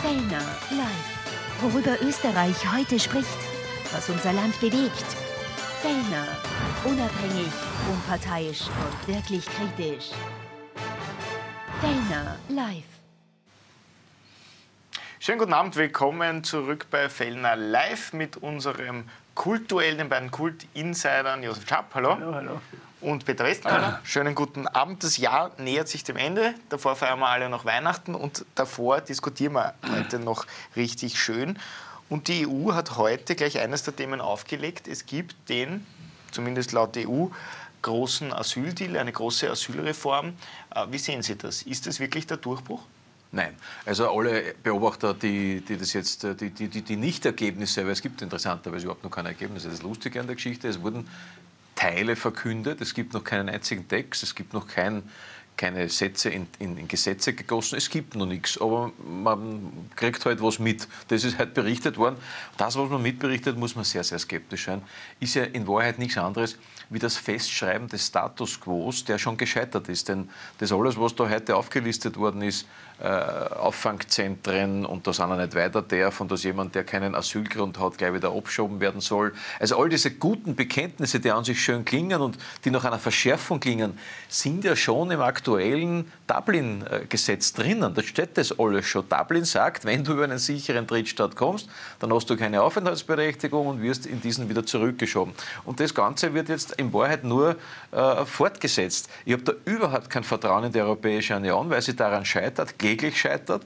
Fellner live. Worüber Österreich heute spricht, was unser Land bewegt. Fellner, unabhängig, unparteiisch und wirklich kritisch. Fellner live. Schönen guten Abend, willkommen zurück bei Fellner live mit unserem Kultduell, den beiden Kult-Insidern Josef Schapp, hallo. Hallo, hallo. Und Peter Westphal. Schönen guten Abend. Das Jahr nähert sich dem Ende. Davor feiern wir alle noch Weihnachten und davor diskutieren wir heute noch richtig schön. Und die EU hat heute gleich eines der Themen aufgelegt. Es gibt den, zumindest laut EU, großen Asyldeal, eine große Asylreform. Wie sehen Sie das? Ist das wirklich der Durchbruch? Nein, also alle Beobachter, die Nicht-Ergebnisse, weil es gibt interessanterweise überhaupt noch keine Ergebnisse, das ist lustig an der Geschichte, es wurden Teile verkündet, es gibt noch keinen einzigen Text, es gibt noch keine Sätze in Gesetze gegossen, es gibt noch nichts, aber man kriegt halt was mit. Das ist halt berichtet worden. Das, was man mitberichtet, muss man sehr, sehr skeptisch sein. Ist ja in Wahrheit nichts anderes wie das Festschreiben des Status Quo, der schon gescheitert ist. Denn das alles, was da heute aufgelistet worden ist, Auffangzentren und da sind auch nicht weiter von dass jemand, der keinen Asylgrund hat, gleich wieder abgeschoben werden soll. Also all diese guten Bekenntnisse, die an sich schön klingen und die nach einer Verschärfung klingen, sind ja schon im aktuellen Dublin-Gesetz drinnen. Da steht das alles schon. Dublin sagt, wenn du über einen sicheren Drittstaat kommst, dann hast du keine Aufenthaltsberechtigung und wirst in diesen wieder zurückgeschoben. Und das Ganze wird jetzt in Wahrheit nur fortgesetzt. Ich habe da überhaupt kein Vertrauen in die Europäische Union, weil sie daran scheitert, kläglich scheitert.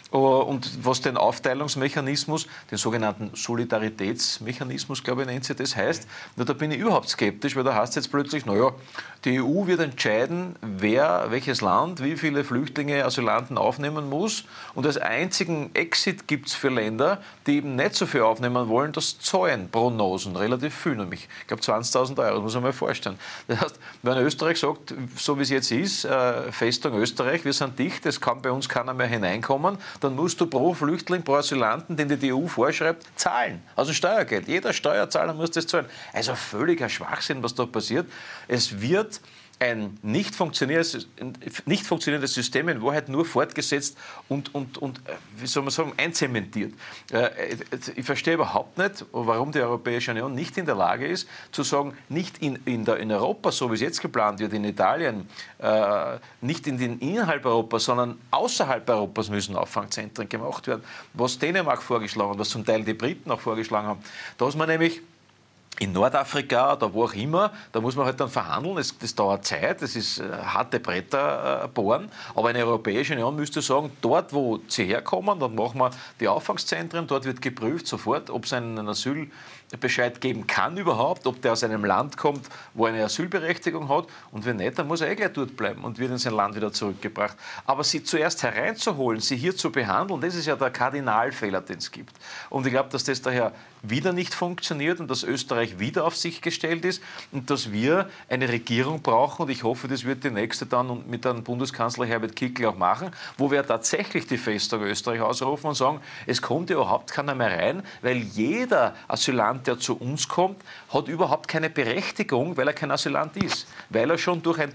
Und was den Aufteilungsmechanismus, den sogenannten Solidaritätsmechanismus, glaube ich, nennt sie das, heißt, da bin ich überhaupt skeptisch, weil da heißt es jetzt plötzlich, naja, die EU wird entscheiden, welches Land wie viele Flüchtlinge, Asylanten aufnehmen muss. Und als einzigen Exit gibt es für Länder, die eben nicht so viel aufnehmen wollen, das zahlen Prognosen relativ viel, nämlich, ich glaube, 20.000 €, das muss man mal vorstellen. Das heißt, wenn Österreich sagt, so wie es jetzt ist, Festung Österreich, wir sind dicht, es kann bei uns keiner mehr hineinkommen, dann musst du pro Flüchtling, pro Asylanten, den die EU vorschreibt, zahlen. Also Steuergeld. Jeder Steuerzahler muss das zahlen. Also völliger Schwachsinn, was da passiert. Es wird ein nicht funktionierendes System in Wahrheit nur fortgesetzt und wie soll man sagen, einzementiert. Ich verstehe überhaupt nicht, warum die Europäische Union nicht in der Lage ist, zu sagen, nicht in Europa, so wie es jetzt geplant wird, in Italien, nicht in den innerhalb Europas, sondern außerhalb Europas müssen Auffangzentren gemacht werden, was Dänemark vorgeschlagen hat, was zum Teil die Briten auch vorgeschlagen haben. Da ist man nämlich in Nordafrika oder wo auch immer, da muss man halt dann verhandeln, das dauert Zeit, das ist harte Bretter bohren, aber eine Europäische Union müsste sagen, dort wo sie herkommen, dann machen wir die Auffangszentren, dort wird geprüft sofort, ob es einen Asylbescheid geben kann überhaupt, ob der aus einem Land kommt, wo eine Asylberechtigung hat und wenn nicht, dann muss er gleich dort bleiben und wird in sein Land wieder zurückgebracht. Aber sie zuerst hereinzuholen, sie hier zu behandeln, das ist ja der Kardinalfehler, den es gibt. Und ich glaube, dass das daher wieder nicht funktioniert und dass Österreich wieder auf sich gestellt ist und dass wir eine Regierung brauchen und ich hoffe, das wird die nächste dann mit dem Bundeskanzler Herbert Kickl auch machen, wo wir tatsächlich die Festung Österreich ausrufen und sagen, es kommt überhaupt keiner mehr rein, weil jeder Asylant, der zu uns kommt, hat überhaupt keine Berechtigung, weil er kein Asylant ist, weil er schon durch ein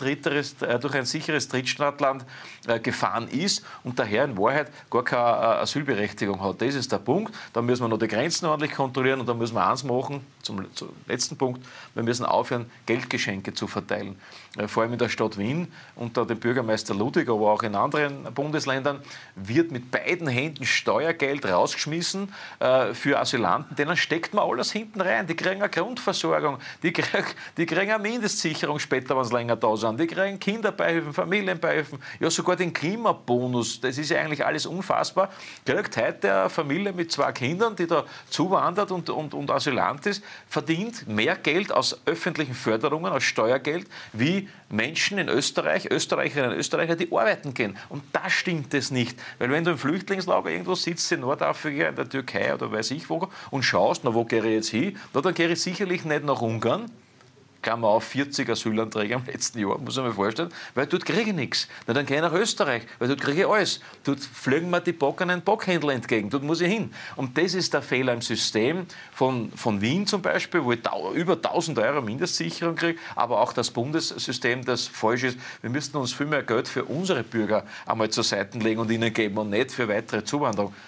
sicheres Drittstaatland gefahren ist und daher in Wahrheit gar keine Asylberechtigung hat. Das ist der Punkt. Da müssen wir noch die Grenzen ordentlich kontrollieren und da müssen wir eins machen, zum letzten Punkt, wir müssen aufhören, Geldgeschenke zu verteilen. Vor allem in der Stadt Wien unter dem Bürgermeister Ludwig, aber auch in anderen Bundesländern wird mit beiden Händen Steuergeld rausgeschmissen für Asylanten, denen steckt man alles hinten rein. Die kriegen eine Grundversorgung, die kriegen eine Mindestsicherung später, wenn sie länger da sind, die kriegen Kinderbeihilfen, Familienbeihilfen, ja sogar den Klimabonus, das ist ja eigentlich alles unfassbar, kriegt heute eine Familie mit 2 Kindern, die da zuwandert und Asylant ist, verdient mehr Geld aus öffentlichen Förderungen, aus Steuergeld, wie Menschen in Österreich, Österreicherinnen und Österreicher, die arbeiten gehen. Und da stimmt es nicht. Weil wenn du im Flüchtlingslager irgendwo sitzt, in Nordafrika, in der Türkei oder weiß ich wo, und schaust, na wo gehe ich jetzt hin, na, dann gehe ich sicherlich nicht nach Ungarn, Klammer auf, 40 Asylanträge im letzten Jahr, muss man mir vorstellen, weil dort kriege ich nichts. Na, dann gehe ich nach Österreich, weil dort kriege ich alles. Dort fliegen mir die bockenen Bockhändler entgegen, dort muss ich hin. Und das ist der Fehler im System von Wien zum Beispiel, wo ich über 1.000 € Mindestsicherung kriege, aber auch das Bundessystem, das falsch ist. Wir müssten uns viel mehr Geld für unsere Bürger einmal zur Seite legen und ihnen geben und nicht für weitere Zuwanderung.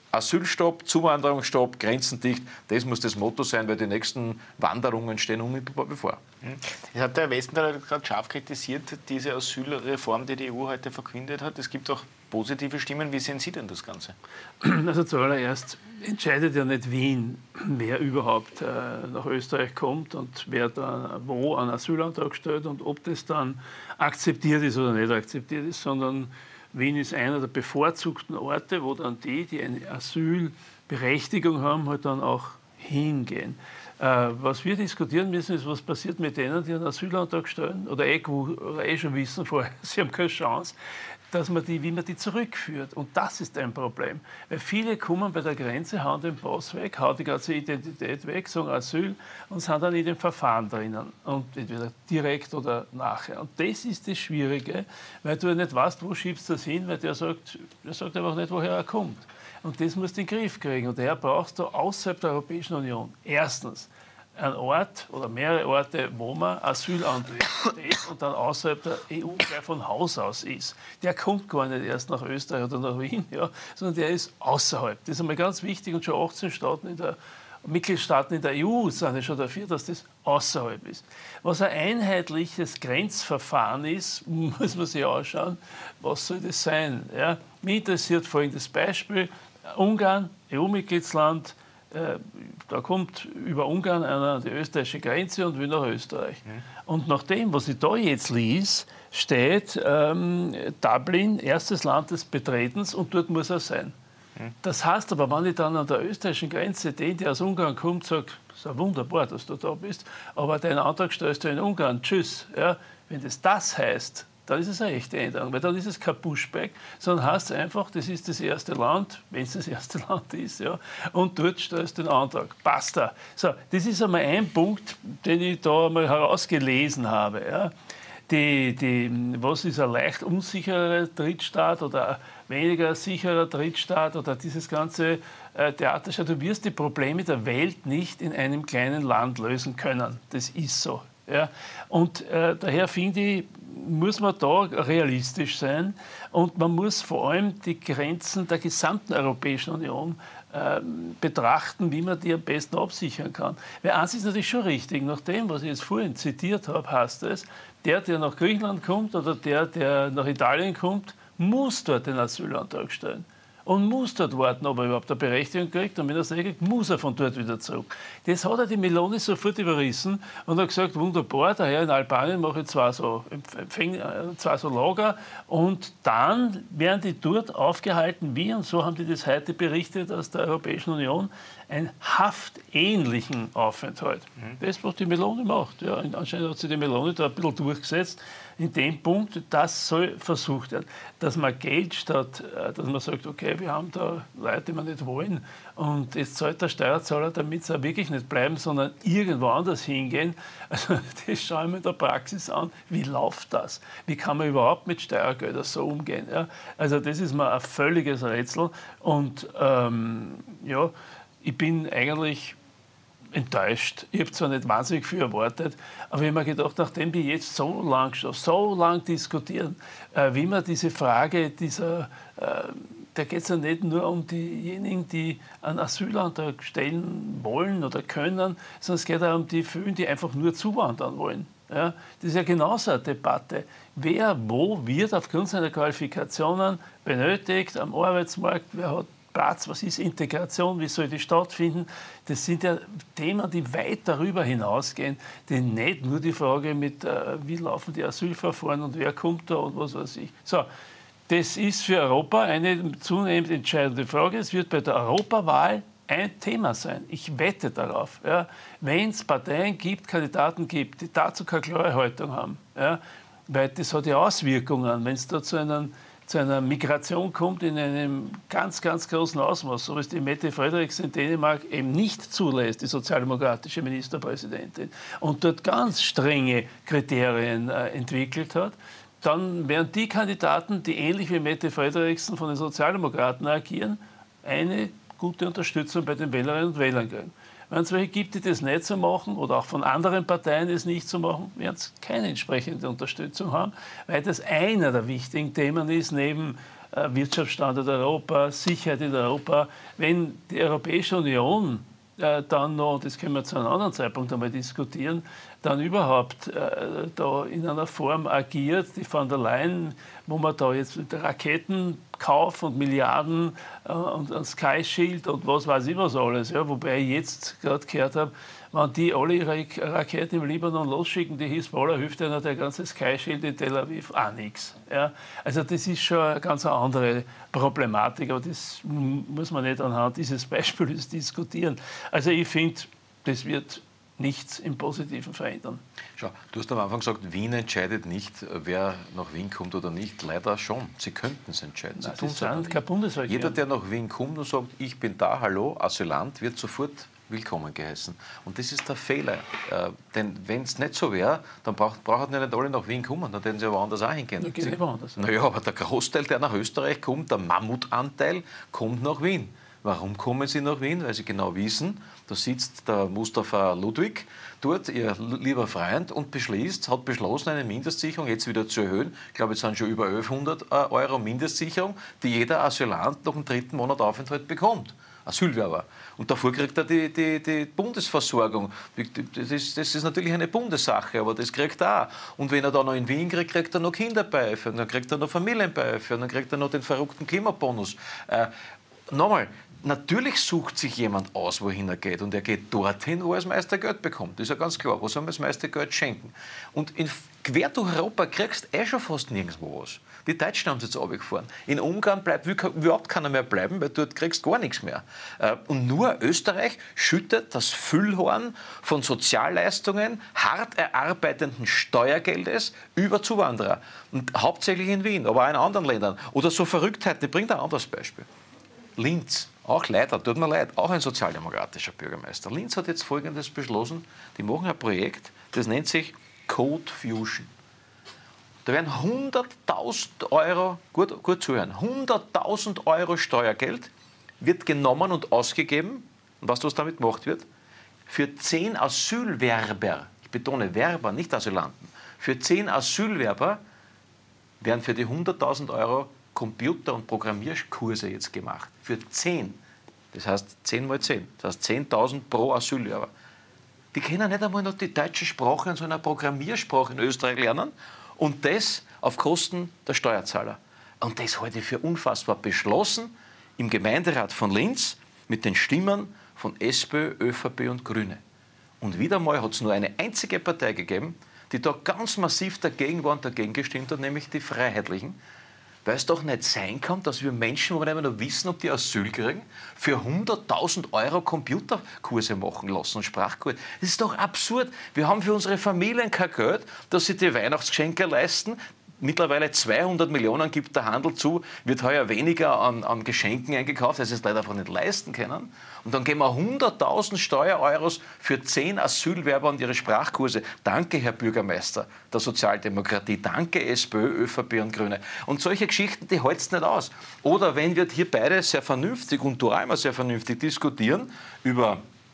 Asylstopp, Zuwanderungsstopp, Grenzen dicht, das muss das Motto sein, weil die nächsten Wanderungen stehen unmittelbar bevor. Es hat der Herr Westenthaler gerade scharf kritisiert, diese Asylreform, die die EU heute verkündet hat. Es gibt auch positive Stimmen. Wie sehen Sie denn das Ganze? Also zuallererst entscheidet ja nicht Wien, wer überhaupt nach Österreich kommt und wer da wo einen Asylantrag stellt und ob das dann akzeptiert ist oder nicht akzeptiert ist, sondern Wien ist einer der bevorzugten Orte, wo dann die eine Asylberechtigung haben, halt dann auch hingehen. Was wir diskutieren müssen, ist, was passiert mit denen, die einen Asylantrag stellen oder schon wissen vorher, sie haben keine Chance, wie man die zurückführt. Und das ist ein Problem. Weil viele kommen bei der Grenze, hauen den Pass weg, hauen die ganze Identität weg, sagen Asyl und sind dann in dem Verfahren drinnen. Und entweder direkt oder nachher. Und das ist das Schwierige, weil du ja nicht weißt, wo schiebst du das hin, weil der sagt einfach nicht, woher er kommt. Und das musst du in den Griff kriegen. Und daher brauchst du außerhalb der Europäischen Union erstens ein Ort oder mehrere Orte, wo man Asylanträge steht und dann außerhalb der EU gleich von Haus aus ist. Der kommt gar nicht erst nach Österreich oder nach Wien, ja, sondern der ist außerhalb. Das ist einmal ganz wichtig und schon 18 Mitgliedstaaten in der EU sind ja schon dafür, dass das außerhalb ist. Was ein einheitliches Grenzverfahren ist, muss man sich anschauen, was soll das sein? Ja? Mich interessiert folgendes Beispiel. Ungarn, EU-Mitgliedsland, da kommt über Ungarn einer an die österreichische Grenze und will nach Österreich. Und nach dem, was ich da jetzt lese, steht Dublin, erstes Land des Betretens und dort muss er sein. Das heißt aber, wenn ich dann an der österreichischen Grenze den, der aus Ungarn kommt, sage, es ist ja wunderbar, dass du da bist, aber deinen Antrag stellst du in Ungarn, tschüss. Ja, wenn das heißt, dann ist es eine echte Änderung, weil dann ist es kein Pushback, sondern heißt es einfach, das ist das erste Land, wenn es das erste Land ist, ja, und dort stellst du den Antrag. Basta. So, das ist einmal ein Punkt, den ich da einmal herausgelesen habe. Ja. Was ist ein leicht unsicherer Drittstaat oder ein weniger sicherer Drittstaat oder dieses ganze Theater? Du wirst die Probleme der Welt nicht in einem kleinen Land lösen können. Das ist so. Ja. Und daher finde ich, muss man da realistisch sein und man muss vor allem die Grenzen der gesamten Europäischen Union betrachten, wie man die am besten absichern kann. Weil eins ist natürlich schon richtig, nach dem, was ich jetzt vorhin zitiert habe, heißt es, der nach Griechenland kommt oder der nach Italien kommt, muss dort den Asylantrag stellen. Und muss dort warten, ob er überhaupt eine Berechtigung kriegt. Und wenn er es nicht kriegt, muss er von dort wieder zurück. Das hat er die Meloni sofort überrissen und hat gesagt, wunderbar, daher in Albanien mache ich zwei so Lager und dann werden die dort aufgehalten, wie, und so haben die das heute berichtet aus der Europäischen Union, einen haftähnlichen Aufenthalt. Das, was die Meloni macht. Ja, anscheinend hat sich die Meloni da ein bisschen durchgesetzt. In dem Punkt, das soll versucht werden, dass man Geld statt, dass man sagt, okay, wir haben da Leute, die wir nicht wollen und jetzt zahlt der Steuerzahler, damit sie auch wirklich nicht bleiben, sondern irgendwo anders hingehen. Also das schaue ich mir in der Praxis an. Wie läuft das? Wie kann man überhaupt mit Steuergeldern so umgehen? Ja? Also das ist mir ein völliges Rätsel und ja, ich bin eigentlich enttäuscht. Ich habe zwar nicht wahnsinnig viel erwartet, aber ich habe mir gedacht, nachdem wir jetzt so lang diskutieren, wie man diese Frage da geht es ja nicht nur um diejenigen, die einen Asylantrag stellen wollen oder können, sondern es geht auch um die vielen, die einfach nur zuwandern wollen. Ja, das ist ja genauso eine Debatte. Wer wo wird aufgrund seiner Qualifikationen benötigt am Arbeitsmarkt, wer hat Platz, was ist Integration, wie soll die stattfinden? Das sind ja Themen, die weit darüber hinausgehen, die nicht nur die Frage mit, wie laufen die Asylverfahren und wer kommt da und was weiß ich. So, das ist für Europa eine zunehmend entscheidende Frage. Es wird bei der Europawahl ein Thema sein. Ich wette darauf. Ja, wenn es Parteien gibt, Kandidaten gibt, die dazu keine klare Haltung haben, ja, weil das hat ja Auswirkungen, wenn es da zu einer Migration kommt in einem ganz, ganz großen Ausmaß, so wie es die Mette Frederiksen in Dänemark eben nicht zulässt, die sozialdemokratische Ministerpräsidentin, und dort ganz strenge Kriterien entwickelt hat, dann werden die Kandidaten, die ähnlich wie Mette Frederiksen von den Sozialdemokraten agieren, eine gute Unterstützung bei den Wählerinnen und Wählern kriegen. Wenn es welche gibt, die das nicht so machen oder auch von anderen Parteien es nicht so machen, werden sie keine entsprechende Unterstützung haben, weil das einer der wichtigen Themen ist, neben Wirtschaftsstandort Europa, Sicherheit in Europa. Wenn die Europäische Union dann noch, das können wir zu einem anderen Zeitpunkt einmal diskutieren, dann überhaupt da in einer Form agiert, die von der Leyen, wo man da jetzt mit Raketenkauf und Milliarden und Sky Shield und was weiß ich was alles, ja, wobei ich jetzt gerade gehört habe, wenn die alle ihre Raketen im Libanon losschicken, die Hisbollah hilft ja der ganze Sky Shield in Tel Aviv auch nichts. Ja. Also das ist schon eine ganz andere Problematik, aber das muss man nicht anhand dieses Beispiels diskutieren. Also ich finde, das wird nichts im Positiven verändern. Schau, du hast am Anfang gesagt, Wien entscheidet nicht, wer nach Wien kommt oder nicht. Leider schon. Sie könnten es entscheiden. Sie tun es aber nicht. Jeder, der nach Wien kommt und sagt, ich bin da, hallo, Asylant, wird sofort willkommen geheißen. Und das ist der Fehler. Denn wenn es nicht so wäre, dann brauchen nicht alle nach Wien kommen, dann hätten sie aber woanders auch hingehen. Dann gehen sie woanders. Naja, aber der Großteil, der nach Österreich kommt, der Mammutanteil, kommt nach Wien. Warum kommen sie nach Wien? Weil sie genau wissen, da sitzt der Mustafa Ludwig dort, ihr lieber Freund, und hat beschlossen, eine Mindestsicherung jetzt wieder zu erhöhen. Ich glaube, es sind schon über 1100 Euro Mindestsicherung, die jeder Asylant nach dem 3. Monat Aufenthalt bekommt. Asylwerber. Und davor kriegt er die Bundesversorgung. Das ist natürlich eine Bundessache, aber das kriegt er auch. Und wenn er dann noch in Wien kriegt, kriegt er noch Kinderbeihilfe, dann kriegt er noch Familienbeihilfe, dann kriegt er noch den verrückten Klimabonus. Nochmal, natürlich sucht sich jemand aus, wohin er geht. Und er geht dorthin, wo er das meiste Geld bekommt. Das ist ja ganz klar. Wo soll man das meiste Geld schenken? Und quer durch Europa kriegst du schon fast nirgendwo was. Die Deutschen haben es jetzt runtergefahren. In Ungarn bleibt überhaupt keiner mehr bleiben, weil dort kriegst du gar nichts mehr. Und nur Österreich schüttet das Füllhorn von Sozialleistungen, hart erarbeitenden Steuergeldes über Zuwanderer. Und hauptsächlich in Wien, aber auch in anderen Ländern. Oder so Verrücktheiten. Ich bringe da ein anderes Beispiel. Linz, auch leider, tut mir leid, auch ein sozialdemokratischer Bürgermeister. Linz hat jetzt Folgendes beschlossen, die machen ein Projekt, das nennt sich Code Fusion. Da werden 100.000 Euro, gut zuhören, 100.000 Euro Steuergeld wird genommen und ausgegeben, und weißt du, was damit gemacht wird? Für 10 Asylwerber, ich betone Werber, nicht Asylanten, für 10 Asylwerber werden für die 100.000 Euro Computer- und Programmierkurse jetzt gemacht. Für 10. Das heißt 10 mal 10. Das heißt 10.000 pro Asylwerber. Die können nicht einmal noch die deutsche Sprache und so einer Programmiersprache in Österreich lernen. Und das auf Kosten der Steuerzahler. Und das halte ich für unfassbar. Beschlossen im Gemeinderat von Linz mit den Stimmen von SPÖ, ÖVP und Grüne. Und wieder mal hat es nur eine einzige Partei gegeben, die da ganz massiv dagegen war und dagegen gestimmt hat, nämlich die Freiheitlichen. Weil es doch nicht sein kann, dass wir Menschen, wo wir nicht mehr noch wissen, ob die Asyl kriegen, für 100.000 Euro Computerkurse machen lassen und Sprachkurse. Das ist doch absurd. Wir haben für unsere Familien kein Geld, dass sie die Weihnachtsgeschenke leisten. Mittlerweile 200 Millionen gibt der Handel zu, wird heuer weniger an Geschenken eingekauft, weil sie es leider einfach nicht leisten können. Und dann geben wir 100.000 Steuereuros für 10 Asylwerber und ihre Sprachkurse. Danke, Herr Bürgermeister der Sozialdemokratie. Danke, SPÖ, ÖVP und Grüne. Und solche Geschichten, die halten es nicht aus. Oder wenn wir hier beide sehr vernünftig und du einmal sehr vernünftig diskutieren über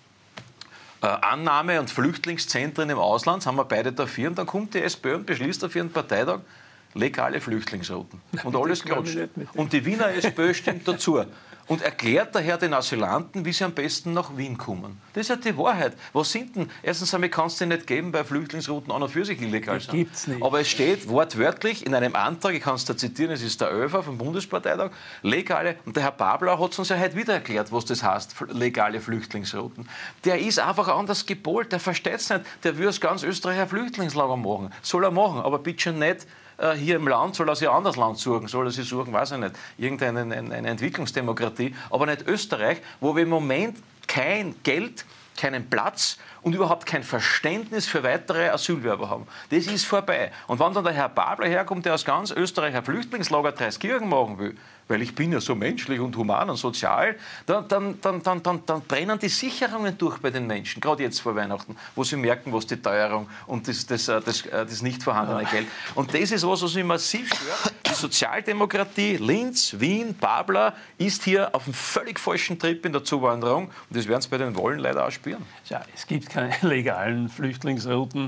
Annahme- und Flüchtlingszentren im Ausland, haben wir beide dafür, und dann kommt die SPÖ und beschließt auf ihren Parteitag legale Flüchtlingsrouten. Und alles klatscht. Und die Wiener SPÖ stimmt dazu. Und erklärt daher den Asylanten, wie sie am besten nach Wien kommen. Das ist ja die Wahrheit. Was sind denn? Erstens einmal kann es dir nicht geben, weil Flüchtlingsrouten an und für sich illegal sind. Gibt's nicht. Aber es steht wortwörtlich in einem Antrag, ich kann es da zitieren, es ist der ÖVA vom Bundesparteitag, legale, und der Herr Babler hat es uns ja heute wieder erklärt, was das heißt, legale Flüchtlingsrouten. Der ist einfach anders gepolt, der versteht es nicht, der will aus ganz Österreich ein Flüchtlingslager machen. Soll er machen, aber bitte schon nicht hier im Land, soll er sich ein anderes Land suchen, soll er sich suchen, weiß ich nicht, irgendeine Entwicklungsdemokratie, aber nicht Österreich, wo wir im Moment kein Geld, keinen Platz und überhaupt kein Verständnis für weitere Asylwerber haben. Das ist vorbei. Und wenn dann der Herr Babler herkommt, der aus ganz Österreich ein Flüchtlingslager Dreiskirchen machen will, weil ich bin ja so menschlich und human und sozial, dann brennen die Sicherungen durch bei den Menschen, gerade jetzt vor Weihnachten, wo sie merken, was die Teuerung und das nicht vorhandene Geld. Und das ist was mich massiv stört. Die Sozialdemokratie, Linz, Wien, Babler ist hier auf einem völlig falschen Trip in der Zuwanderung und das werden sie bei den Wahlen leider auch spüren. Ja, es gibt keine legalen Flüchtlingsrouten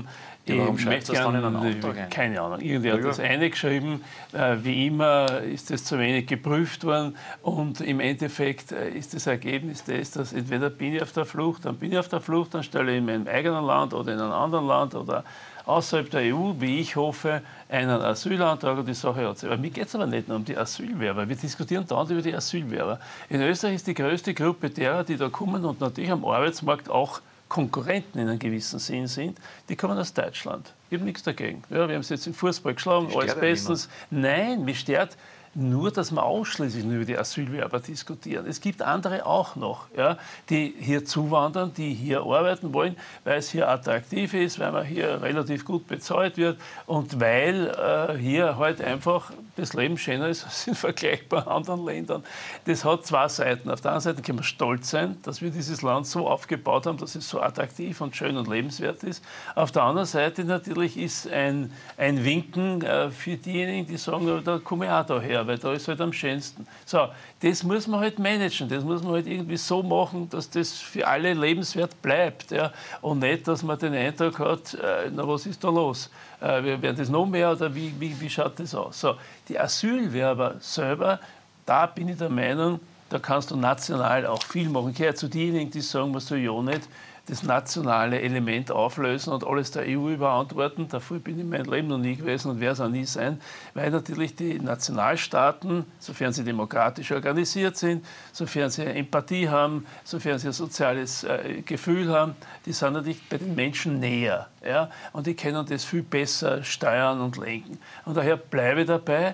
Ja, warum schreibt das dann in einen Antrag ein? Keine Ahnung. Irgendwer hat das eingeschrieben. Wie immer ist das zu wenig geprüft worden. Und im Endeffekt ist das Ergebnis das, dass entweder bin ich auf der Flucht, dann stelle ich in meinem eigenen Land oder in einem anderen Land oder außerhalb der EU, wie ich hoffe, einen Asylantrag und die Sache hat sich. Aber mir geht es aber nicht nur um die Asylwerber. Wir diskutieren dauernd über die Asylwerber. In Österreich ist die größte Gruppe derer, die da kommen und natürlich am Arbeitsmarkt auch Konkurrenten in einem gewissen Sinn sind, die kommen aus Deutschland. Ich habe nichts dagegen. Ja, wir haben es jetzt im Fußball geschlagen, alles bestens. Nein, mich stört nur, dass wir ausschließlich nur über die Asylwerber diskutieren. Es gibt andere auch noch, ja, die hier zuwandern, die hier arbeiten wollen, weil es hier attraktiv ist, weil man hier relativ gut bezahlt wird und weil hier halt einfach das Leben schöner ist als in vergleichbaren anderen Ländern. Das hat zwei Seiten. Auf der einen Seite können wir stolz sein, dass wir dieses Land so aufgebaut haben, dass es so attraktiv und schön und lebenswert ist. Auf der anderen Seite natürlich ist ein Winken für diejenigen, die sagen, da komme ich auch daher, weil da ist halt am schönsten. So, das muss man halt managen, das muss man halt irgendwie so machen, dass das für alle lebenswert bleibt. Ja? Und nicht, dass man den Eindruck hat, na was ist da los? Werden das noch mehr oder wie schaut das aus? So, die Asylwerber selber, da bin ich der Meinung, da kannst du national auch viel machen. Ich gehöre zu denjenigen, die sagen, man soll ja nicht das nationale Element auflösen und alles der EU überantworten. Dafür bin ich in meinem Leben noch nie gewesen und werde es auch nie sein, weil natürlich die Nationalstaaten, sofern sie demokratisch organisiert sind, sofern sie Empathie haben, sofern sie ein soziales Gefühl haben, die sind natürlich bei den Menschen näher. Ja? Und die können das viel besser steuern und lenken. Und daher bleibe ich dabei,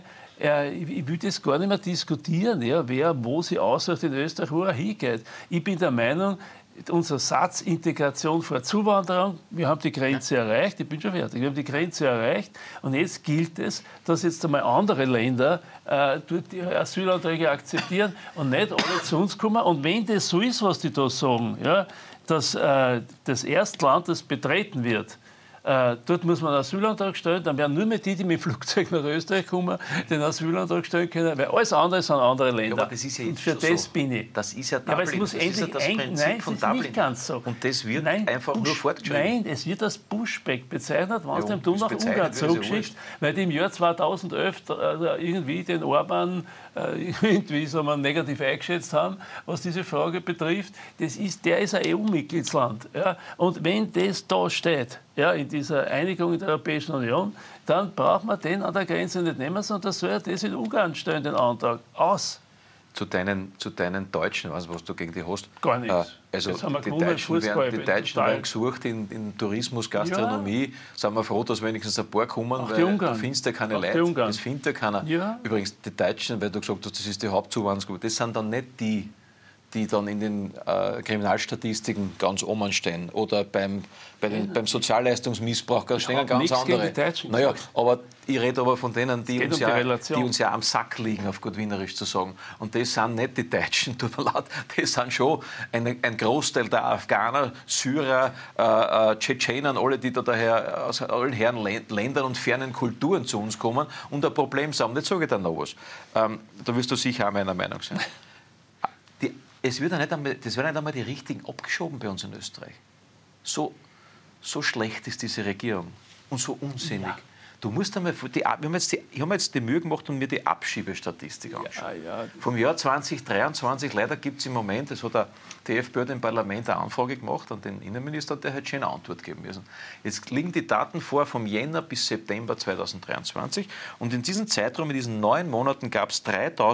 ich will das gar nicht mehr diskutieren, ja, wer wo sie aussucht in Österreich, wo er hingeht. Ich bin der Meinung, unser Satz Integration vor Zuwanderung, wir haben die Grenze erreicht, ich bin schon fertig, wir haben die Grenze erreicht und jetzt gilt es, dass jetzt einmal andere Länder dort die Asylanträge akzeptieren und nicht alle zu uns kommen. Und wenn das so ist, was die da sagen, ja, dass das Erstland, das betreten wird, dort muss man einen Asylantrag stellen, dann werden nur mehr die mit dem Flugzeug nach Österreich kommen, den Asylantrag stellen können, weil alles andere sind andere Länder. Ja, aber das ist ja und für das bin ich. Das ist ja Dublin. Aber es muss das ist ja das Prinzip von Dublin. Nicht ganz so. Und das wird einfach nur fortgeschrieben. Nein, es wird als Pushback bezeichnet, wenn es dem du nach Ungarn zurückschickst, weil die im Jahr 2011 irgendwie den Orban irgendwie so mal negativ eingeschätzt haben, was diese Frage betrifft. Der ist ein EU-Mitgliedsland. Ja? Und wenn das da steht, ja, in dieser Einigung in der Europäischen Union, dann braucht man den an der Grenze nicht nehmen, sondern soll er das in Ungarn stellen, den Antrag. Aus. Zu deinen Deutschen, was du gegen die hast? Gar nichts. Also die Deutschen werden gesucht in Tourismus, Gastronomie. Ja. Sind wir froh, dass wenigstens ein paar kommen, auch weil du findest ja keine Leute. Das findet ja keiner. Ja. Übrigens, die Deutschen, weil du gesagt hast, das ist die Hauptzuwanderungsgruppe, das sind dann nicht die dann in den Kriminalstatistiken ganz oben stehen oder beim Sozialleistungsmissbrauch stehen ganz andere. Naja, aber ich rede aber von denen, die uns ja am Sack liegen, auf gut Wienerisch zu sagen. Und das sind nicht die Deutschen, tut mir leid, das sind schon ein Großteil der Afghaner, Syrer, Tschetschenen, alle, die da daher aus allen Herren Ländern und fernen Kulturen zu uns kommen und ein Problem haben. Jetzt sage ich dann noch was. Da wirst du sicher auch meiner Meinung sein. Das wird nicht einmal die Richtigen abgeschoben bei uns in Österreich. So schlecht ist diese Regierung und so unsinnig. Ja. Du musst einmal, ich habe jetzt die Mühe gemacht und mir die Abschiebestatistik angeschaut. Ja. Vom Jahr 2023, leider gibt es im Moment, das hat die FPÖ dem Parlament eine Anfrage gemacht an den Innenminister, der hätte schon eine Antwort geben müssen. Jetzt liegen die Daten vor vom Jänner bis September 2023 und in diesem Zeitraum, in diesen 9 Monaten, gab es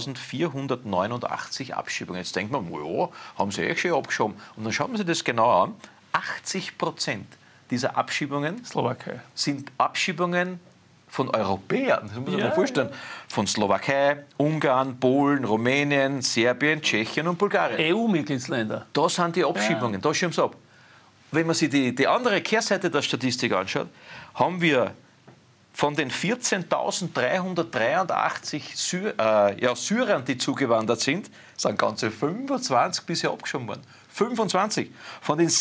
3.489 Abschiebungen. Jetzt denkt man, ja, haben sie schon abgeschoben. Und dann schaut man sich das genau an, 80% dieser Abschiebungen sind Abschiebungen von Europäern, das muss man sich vorstellen, von Slowakei, Ungarn, Polen, Rumänien, Serbien, Tschechien und Bulgarien. EU-Mitgliedsländer. Da sind die Abschiebungen, da schieben sie ab. Wenn man sich die andere Kehrseite der Statistik anschaut, haben wir von den 14.383 Syrern, die zugewandert sind ganze 25 bisher abgeschoben worden. 25. Von den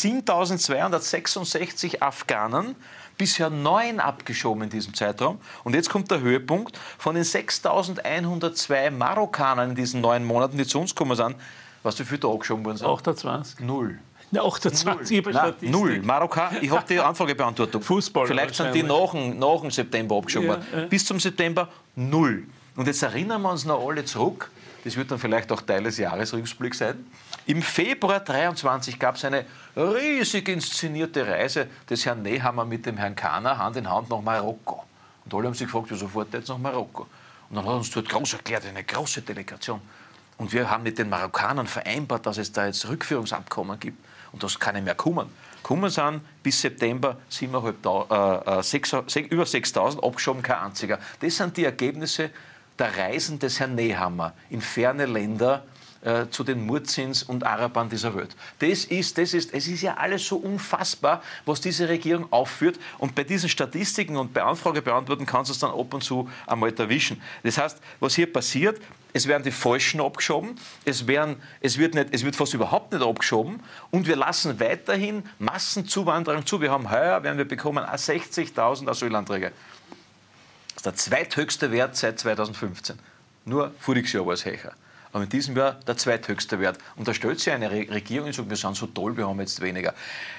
7.266 Afghanen bisher 9 abgeschoben in diesem Zeitraum. Und jetzt kommt der Höhepunkt. Von den 6.102 Marokkanern in diesen 9 Monaten, die zu uns gekommen sind, weißt du, wie viele da abgeschoben worden sind? 28. 0. Ja, 28 null. Marokko, ich habe die Anfrage beantwortet. Fußball. Vielleicht sind die nach dem September abgeschoben worden. Ja. Bis zum September 0. Und jetzt erinnern wir uns noch alle zurück, das wird dann vielleicht auch Teil des Jahresrückblicks sein. Im Februar 23 gab es eine riesig inszenierte Reise des Herrn Nehammer mit dem Herrn Kahner Hand in Hand nach Marokko. Und alle haben sich gefragt, wieso fährt der jetzt nach Marokko? Und dann hat uns dort groß erklärt, eine große Delegation. Und wir haben mit den Marokkanern vereinbart, dass es da jetzt Rückführungsabkommen gibt. Und das kann nicht mehr kommen. Kommen sind bis September über 6.000, abgeschoben kein einziger. Das sind die Ergebnisse der Reisen des Herrn Nehammer in ferne Länder zu den Murzins und Arabern dieser Welt. Es ist ja alles so unfassbar, was diese Regierung aufführt. Und bei diesen Statistiken und bei Anfrage beantworten kannst du es dann ab und zu einmal erwischen. Das heißt, was hier passiert, es werden die Falschen abgeschoben, es wird fast überhaupt nicht abgeschoben und wir lassen weiterhin Massenzuwanderung zu. Wir haben heuer, werden wir bekommen, 60.000 Asylanträge. Das ist der zweithöchste Wert seit 2015. Nur voriges Jahr war es höher. Aber in diesem Jahr der zweithöchste Wert. Und da stellt sich eine Regierung und sagt, wir sind so toll, wir haben jetzt weniger.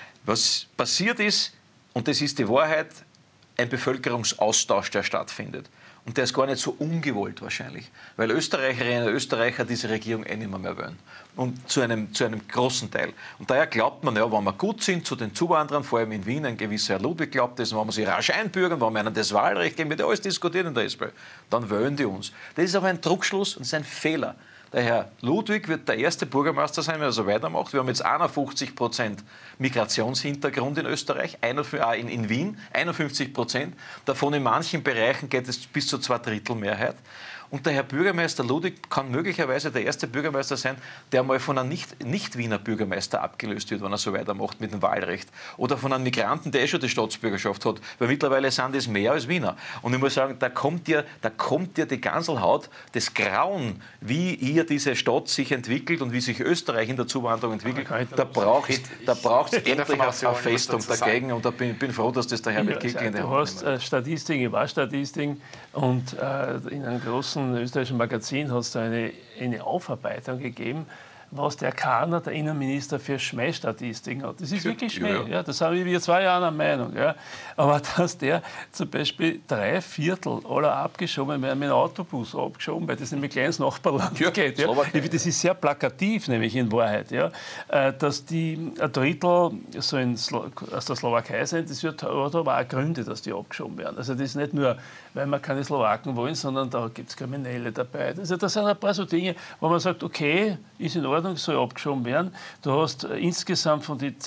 Was passiert ist, und das ist die Wahrheit, ein Bevölkerungsaustausch, der stattfindet. Und der ist gar nicht so ungewollt wahrscheinlich, weil Österreicherinnen und Österreicher diese Regierung nicht mehr wollen. Und zu einem großen Teil. Und daher glaubt man, ja, wenn wir gut sind zu den Zuwanderern, vor allem in Wien, ein gewisser Herr Ludwig glaubt das, wenn wir sie rasch einbürgern, wenn wir ihnen das Wahlrecht geben, wird alles diskutiert in der SPÖ, dann wählen die uns. Das ist aber ein Trugschluss und das ist ein Fehler. Der Herr Ludwig wird der erste Bürgermeister sein, wenn er so weitermacht. Wir haben jetzt 51% Migrationshintergrund in Österreich, in Wien 51%. Davon in manchen Bereichen geht es bis zu 2/3 Mehrheit. Und der Herr Bürgermeister Ludwig kann möglicherweise der erste Bürgermeister sein, der mal von einem Nicht-Wiener Bürgermeister abgelöst wird, wenn er so weitermacht mit dem Wahlrecht. Oder von einem Migranten, der schon die Staatsbürgerschaft hat. Weil mittlerweile sind es mehr als Wiener. Und ich muss sagen, da kommt dir die Ganselhaut, das Grauen, wie hier diese Stadt sich entwickelt und wie sich Österreich in der Zuwanderung entwickelt. Da braucht es endlich eine Festung dagegen. Und da bin froh, dass das der Herbert Kickl in der Hand nimmt. Du hast Statistiken, Wahlstatistiken und in einem großen österreichischen Magazin hat es da eine Aufarbeitung gegeben, was der Kahner, der Innenminister, für Schmähstatistiken hat. Das ist wirklich Schmäh. Ja, das haben wir 2 Jahre einer Meinung. Ja. Aber dass der zum Beispiel 3/4 aller abgeschoben werden mit dem Autobus abgeschoben, weil das nämlich kleines Nachbarland geht. Ja. Das ist sehr plakativ, nämlich in Wahrheit. Ja. Dass die 1/3 aus der Slowakei sind, das hat aber auch Gründe, dass die abgeschoben werden. Also das ist nicht nur, weil wir keine Slowaken wollen, sondern da gibt es Kriminelle dabei. Also das sind ein paar so Dinge, wo man sagt, okay, ist in Ordnung, soll abgeschoben werden. Du hast insgesamt von den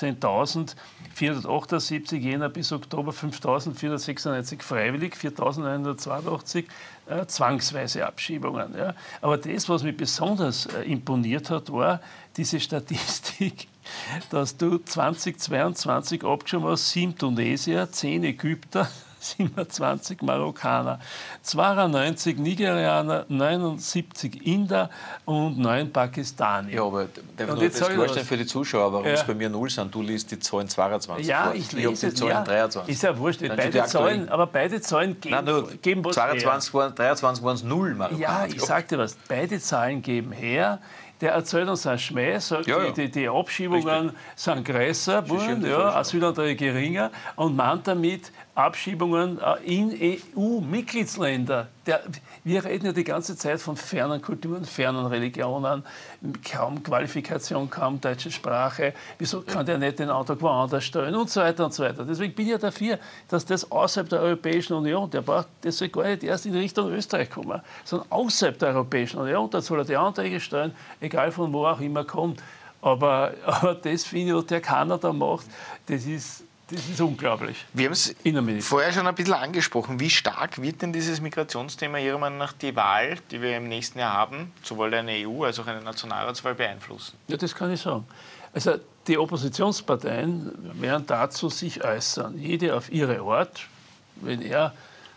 10.478 Jänner bis Oktober 5.496 freiwillig, 4.982 zwangsweise Abschiebungen. Ja. Aber das, was mich besonders imponiert hat, war diese Statistik, dass du 2022 abgeschoben hast, 7 Tunesier, 10 Ägypter, 27 Marokkaner, 92 Nigerianer, 79 Inder und 9 Pakistani. Ja, aber darf ich das klarstellen für die Zuschauer, warum es bei mir 0 sind? Du liest die Zahlen 22 ja, vor. Ich lese die Zahlen 23. Ist ja wurscht, beide Zahlen geben was 23 her. 23 waren es 0 Marokkaner. Ja, ich sag dir was, beide Zahlen geben her. Der erzählt uns einen Schmäh, sagt, die Abschiebungen sind größer geworden, Asylanträge geringer und meint damit Abschiebungen in EU-Mitgliedsländer. Wir reden ja die ganze Zeit von fernen Kulturen, fernen Religionen, kaum Qualifikation, kaum deutsche Sprache. Wieso kann der nicht den Antrag woanders stellen und so weiter und so weiter. Deswegen bin ich ja dafür, dass das außerhalb der Europäischen Union, das soll gar nicht erst in Richtung Österreich kommen, sondern außerhalb der Europäischen Union, da soll er die Anträge stellen, egal von wo auch immer kommt. Aber das finde ich, was der Kanada macht, das ist unglaublich. Wir haben es vorher schon ein bisschen angesprochen. Wie stark wird denn dieses Migrationsthema Ihrer Meinung nach die Wahl, die wir im nächsten Jahr haben, sowohl eine EU- als auch eine Nationalratswahl beeinflussen? Ja, das kann ich sagen. Also die Oppositionsparteien werden dazu sich äußern. Jede auf ihre Art. Wenn er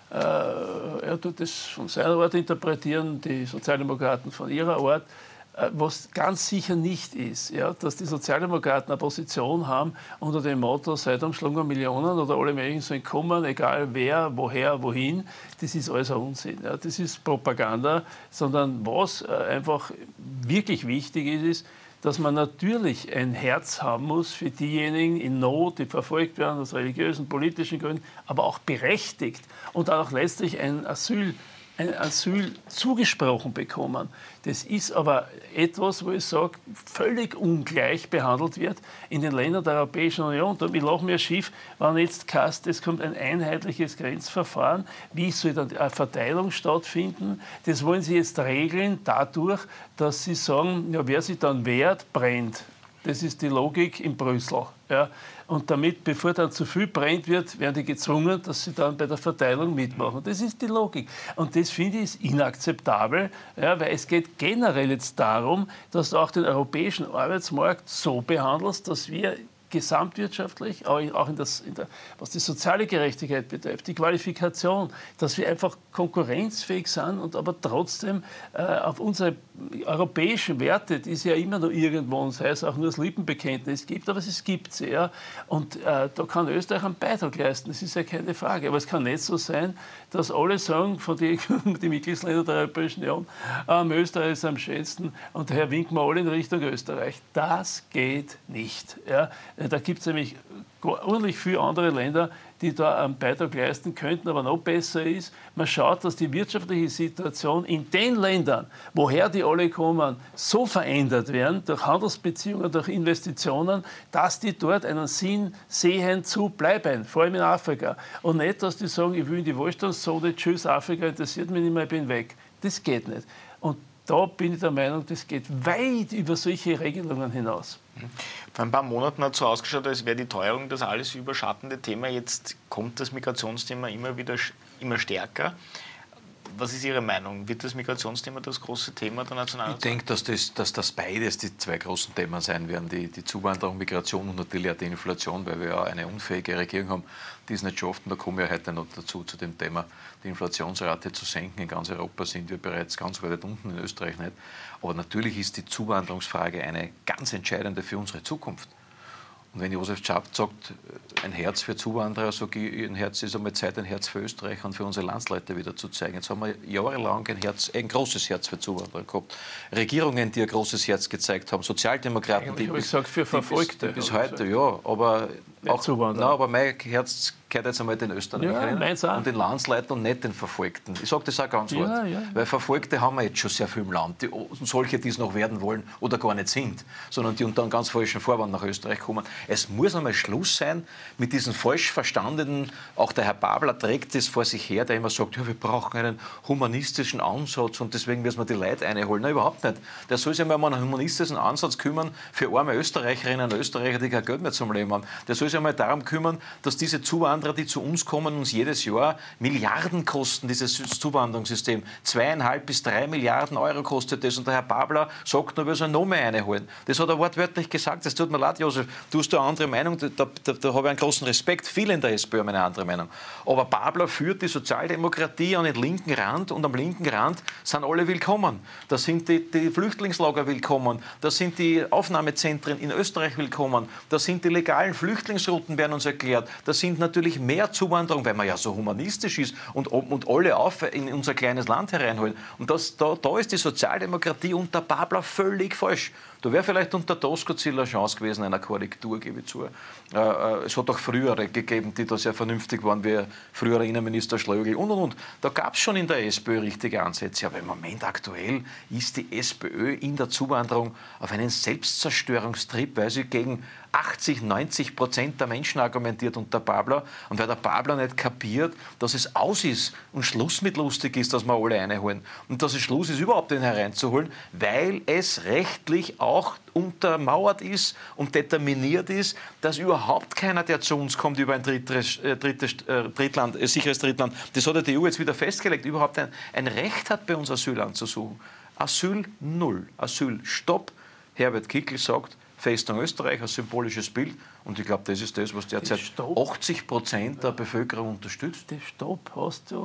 tut das von seiner Art interpretieren, die Sozialdemokraten von ihrer Art. Was ganz sicher nicht ist, ja, dass die Sozialdemokraten eine Position haben unter dem Motto, seit umschlungen Millionen oder alle möglichen sollen kommen, egal wer, woher, wohin. Das ist alles ein Unsinn. Ja. Das ist Propaganda, sondern was einfach wirklich wichtig ist, dass man natürlich ein Herz haben muss für diejenigen in Not, die verfolgt werden aus religiösen, politischen Gründen, aber auch berechtigt und auch letztlich ein Asyl zugesprochen bekommen. Das ist aber etwas, wo ich sage, völlig ungleich behandelt wird in den Ländern der Europäischen Union. Ich lache mir schief, wenn jetzt es kommt ein einheitliches Grenzverfahren. Wie soll dann eine Verteilung stattfinden? Das wollen Sie jetzt regeln dadurch, dass Sie sagen, ja, wer sich dann wehrt, brennt. Das ist die Logik in Brüssel. Ja. Und damit, bevor dann zu viel brennt wird, werden die gezwungen, dass sie dann bei der Verteilung mitmachen. Das ist die Logik. Und das, finde ich, ist inakzeptabel, ja, weil es geht generell jetzt darum, dass du auch den europäischen Arbeitsmarkt so behandelst, dass wir gesamtwirtschaftlich, auch was die soziale Gerechtigkeit betrifft, die Qualifikation, dass wir einfach konkurrenzfähig sind und aber trotzdem auf unsere europäischen Werte, die es ja immer noch irgendwo, und sei es auch nur das Lippenbekenntnis gibt, aber es gibt sie. Ja. Und da kann Österreich einen Beitrag leisten, das ist ja keine Frage. Aber es kann nicht so sein, dass alle sagen, von die Mitgliedsländer der Europäischen Union, Österreich ist am schönsten und daher winken wir alle in Richtung Österreich. Das geht nicht. Ja. Da gibt es nämlich ordentlich viele andere Länder, die da einen Beitrag leisten könnten, aber noch besser ist, man schaut, dass die wirtschaftliche Situation in den Ländern, woher die alle kommen, so verändert werden, durch Handelsbeziehungen, durch Investitionen, dass die dort einen Sinn sehen zu bleiben, vor allem in Afrika. Und nicht, dass die sagen, ich will in die Wohlstandszone, tschüss, Afrika interessiert mich nicht mehr, ich bin weg. Das geht nicht. Und da bin ich der Meinung, das geht weit über solche Regelungen hinaus. Vor ein paar Monaten hat es so ausgeschaut, als wäre die Teuerung das alles überschattende Thema. Jetzt kommt das Migrationsthema immer stärker. Was ist Ihre Meinung? Wird das Migrationsthema das große Thema der Nationalratssitzung? Ich denke, dass das beides die zwei großen Themen sein werden. Die Zuwanderung, Migration und natürlich auch die Inflation, weil wir ja eine unfähige Regierung haben, die es nicht schafft. Und da kommen wir heute noch dazu, zu dem Thema, die Inflationsrate zu senken. In ganz Europa sind wir bereits ganz weit unten, in Österreich nicht. Aber natürlich ist die Zuwanderungsfrage eine ganz entscheidende für unsere Zukunft. Und wenn Josef Schapt sagt, ein Herz für Zuwanderer, sage ich, ein Herz ist einmal Zeit, ein Herz für Österreich und für unsere Landsleute wieder zu zeigen. Jetzt haben wir jahrelang ein großes Herz für Zuwanderer gehabt. Regierungen, die ein großes Herz gezeigt haben, Sozialdemokraten, die gesagt, für Verfolgte. Bis heute, ja, aber auch Zuwanderer. Nein, aber mein Herz gehört jetzt einmal den Österreicherinnen und den Landsleuten und nicht den Verfolgten. Ich sage das auch ganz hart. Ja. Weil Verfolgte haben wir jetzt schon sehr viel im Land. Solche, die es noch werden wollen oder gar nicht sind, sondern die unter einem ganz falschen Vorwand nach Österreich kommen. Es muss einmal Schluss sein mit diesen falsch verstandenen, auch der Herr Babler trägt das vor sich her, der immer sagt, ja, wir brauchen einen humanistischen Ansatz und deswegen müssen wir die Leute einholen. Nein, überhaupt nicht. Der soll sich mal um einen humanistischen Ansatz kümmern für arme Österreicherinnen und Österreicher, die kein Geld mehr zum Leben haben. Der soll sich einmal darum kümmern, dass diese Zuwanderer, die zu uns kommen, uns jedes Jahr Milliarden kosten, dieses Zuwanderungssystem. 2,5 bis 3 Milliarden Euro kostet das. Und der Herr Babler sagt nur, wir sollen noch mehr einholen. Das hat er wortwörtlich gesagt. Das tut mir leid, Josef. Du hast eine andere Meinung. Da habe ich einen großen Respekt. Viele in der SPÖ haben eine andere Meinung. Aber Babler führt die Sozialdemokratie an den linken Rand und am linken Rand sind alle willkommen. Da sind die Flüchtlingslager willkommen. Da sind die Aufnahmezentren in Österreich willkommen. Da sind die legalen Flüchtlingsrouten, werden uns erklärt. Da sind natürlich mehr Zuwanderung, weil man ja so humanistisch ist und alle in unser kleines Land hereinholen. Und da ist die Sozialdemokratie unter Babler völlig falsch. Da wäre vielleicht unter Doskozil eine Chance gewesen, einer Korrektur, gebe ich zu. Es hat auch frühere gegeben, die da sehr vernünftig waren, wie früherer Innenminister Schlögl und. Da gab es schon in der SPÖ richtige Ansätze. Aber im Moment aktuell ist die SPÖ in der Zuwanderung auf einen Selbstzerstörungstrip, weil sie gegen 80-90% der Menschen argumentiert unter Babler. Und weil der Babler nicht kapiert, dass es aus ist und Schluss mit lustig ist, dass wir alle reinholen. Und dass es Schluss ist, überhaupt den hereinzuholen, weil es rechtlich auch untermauert ist und determiniert ist, dass überhaupt keiner, der zu uns kommt, über ein sicheres Drittland, das hat ja die EU jetzt wieder festgelegt, überhaupt ein Recht hat, bei uns Asyl anzusuchen. Asyl null, Asyl stopp. Herbert Kickl sagt, Festung Österreich, ein symbolisches Bild. Und ich glaube, das ist das, was derzeit 80% der Bevölkerung unterstützt. Das Stopp hast du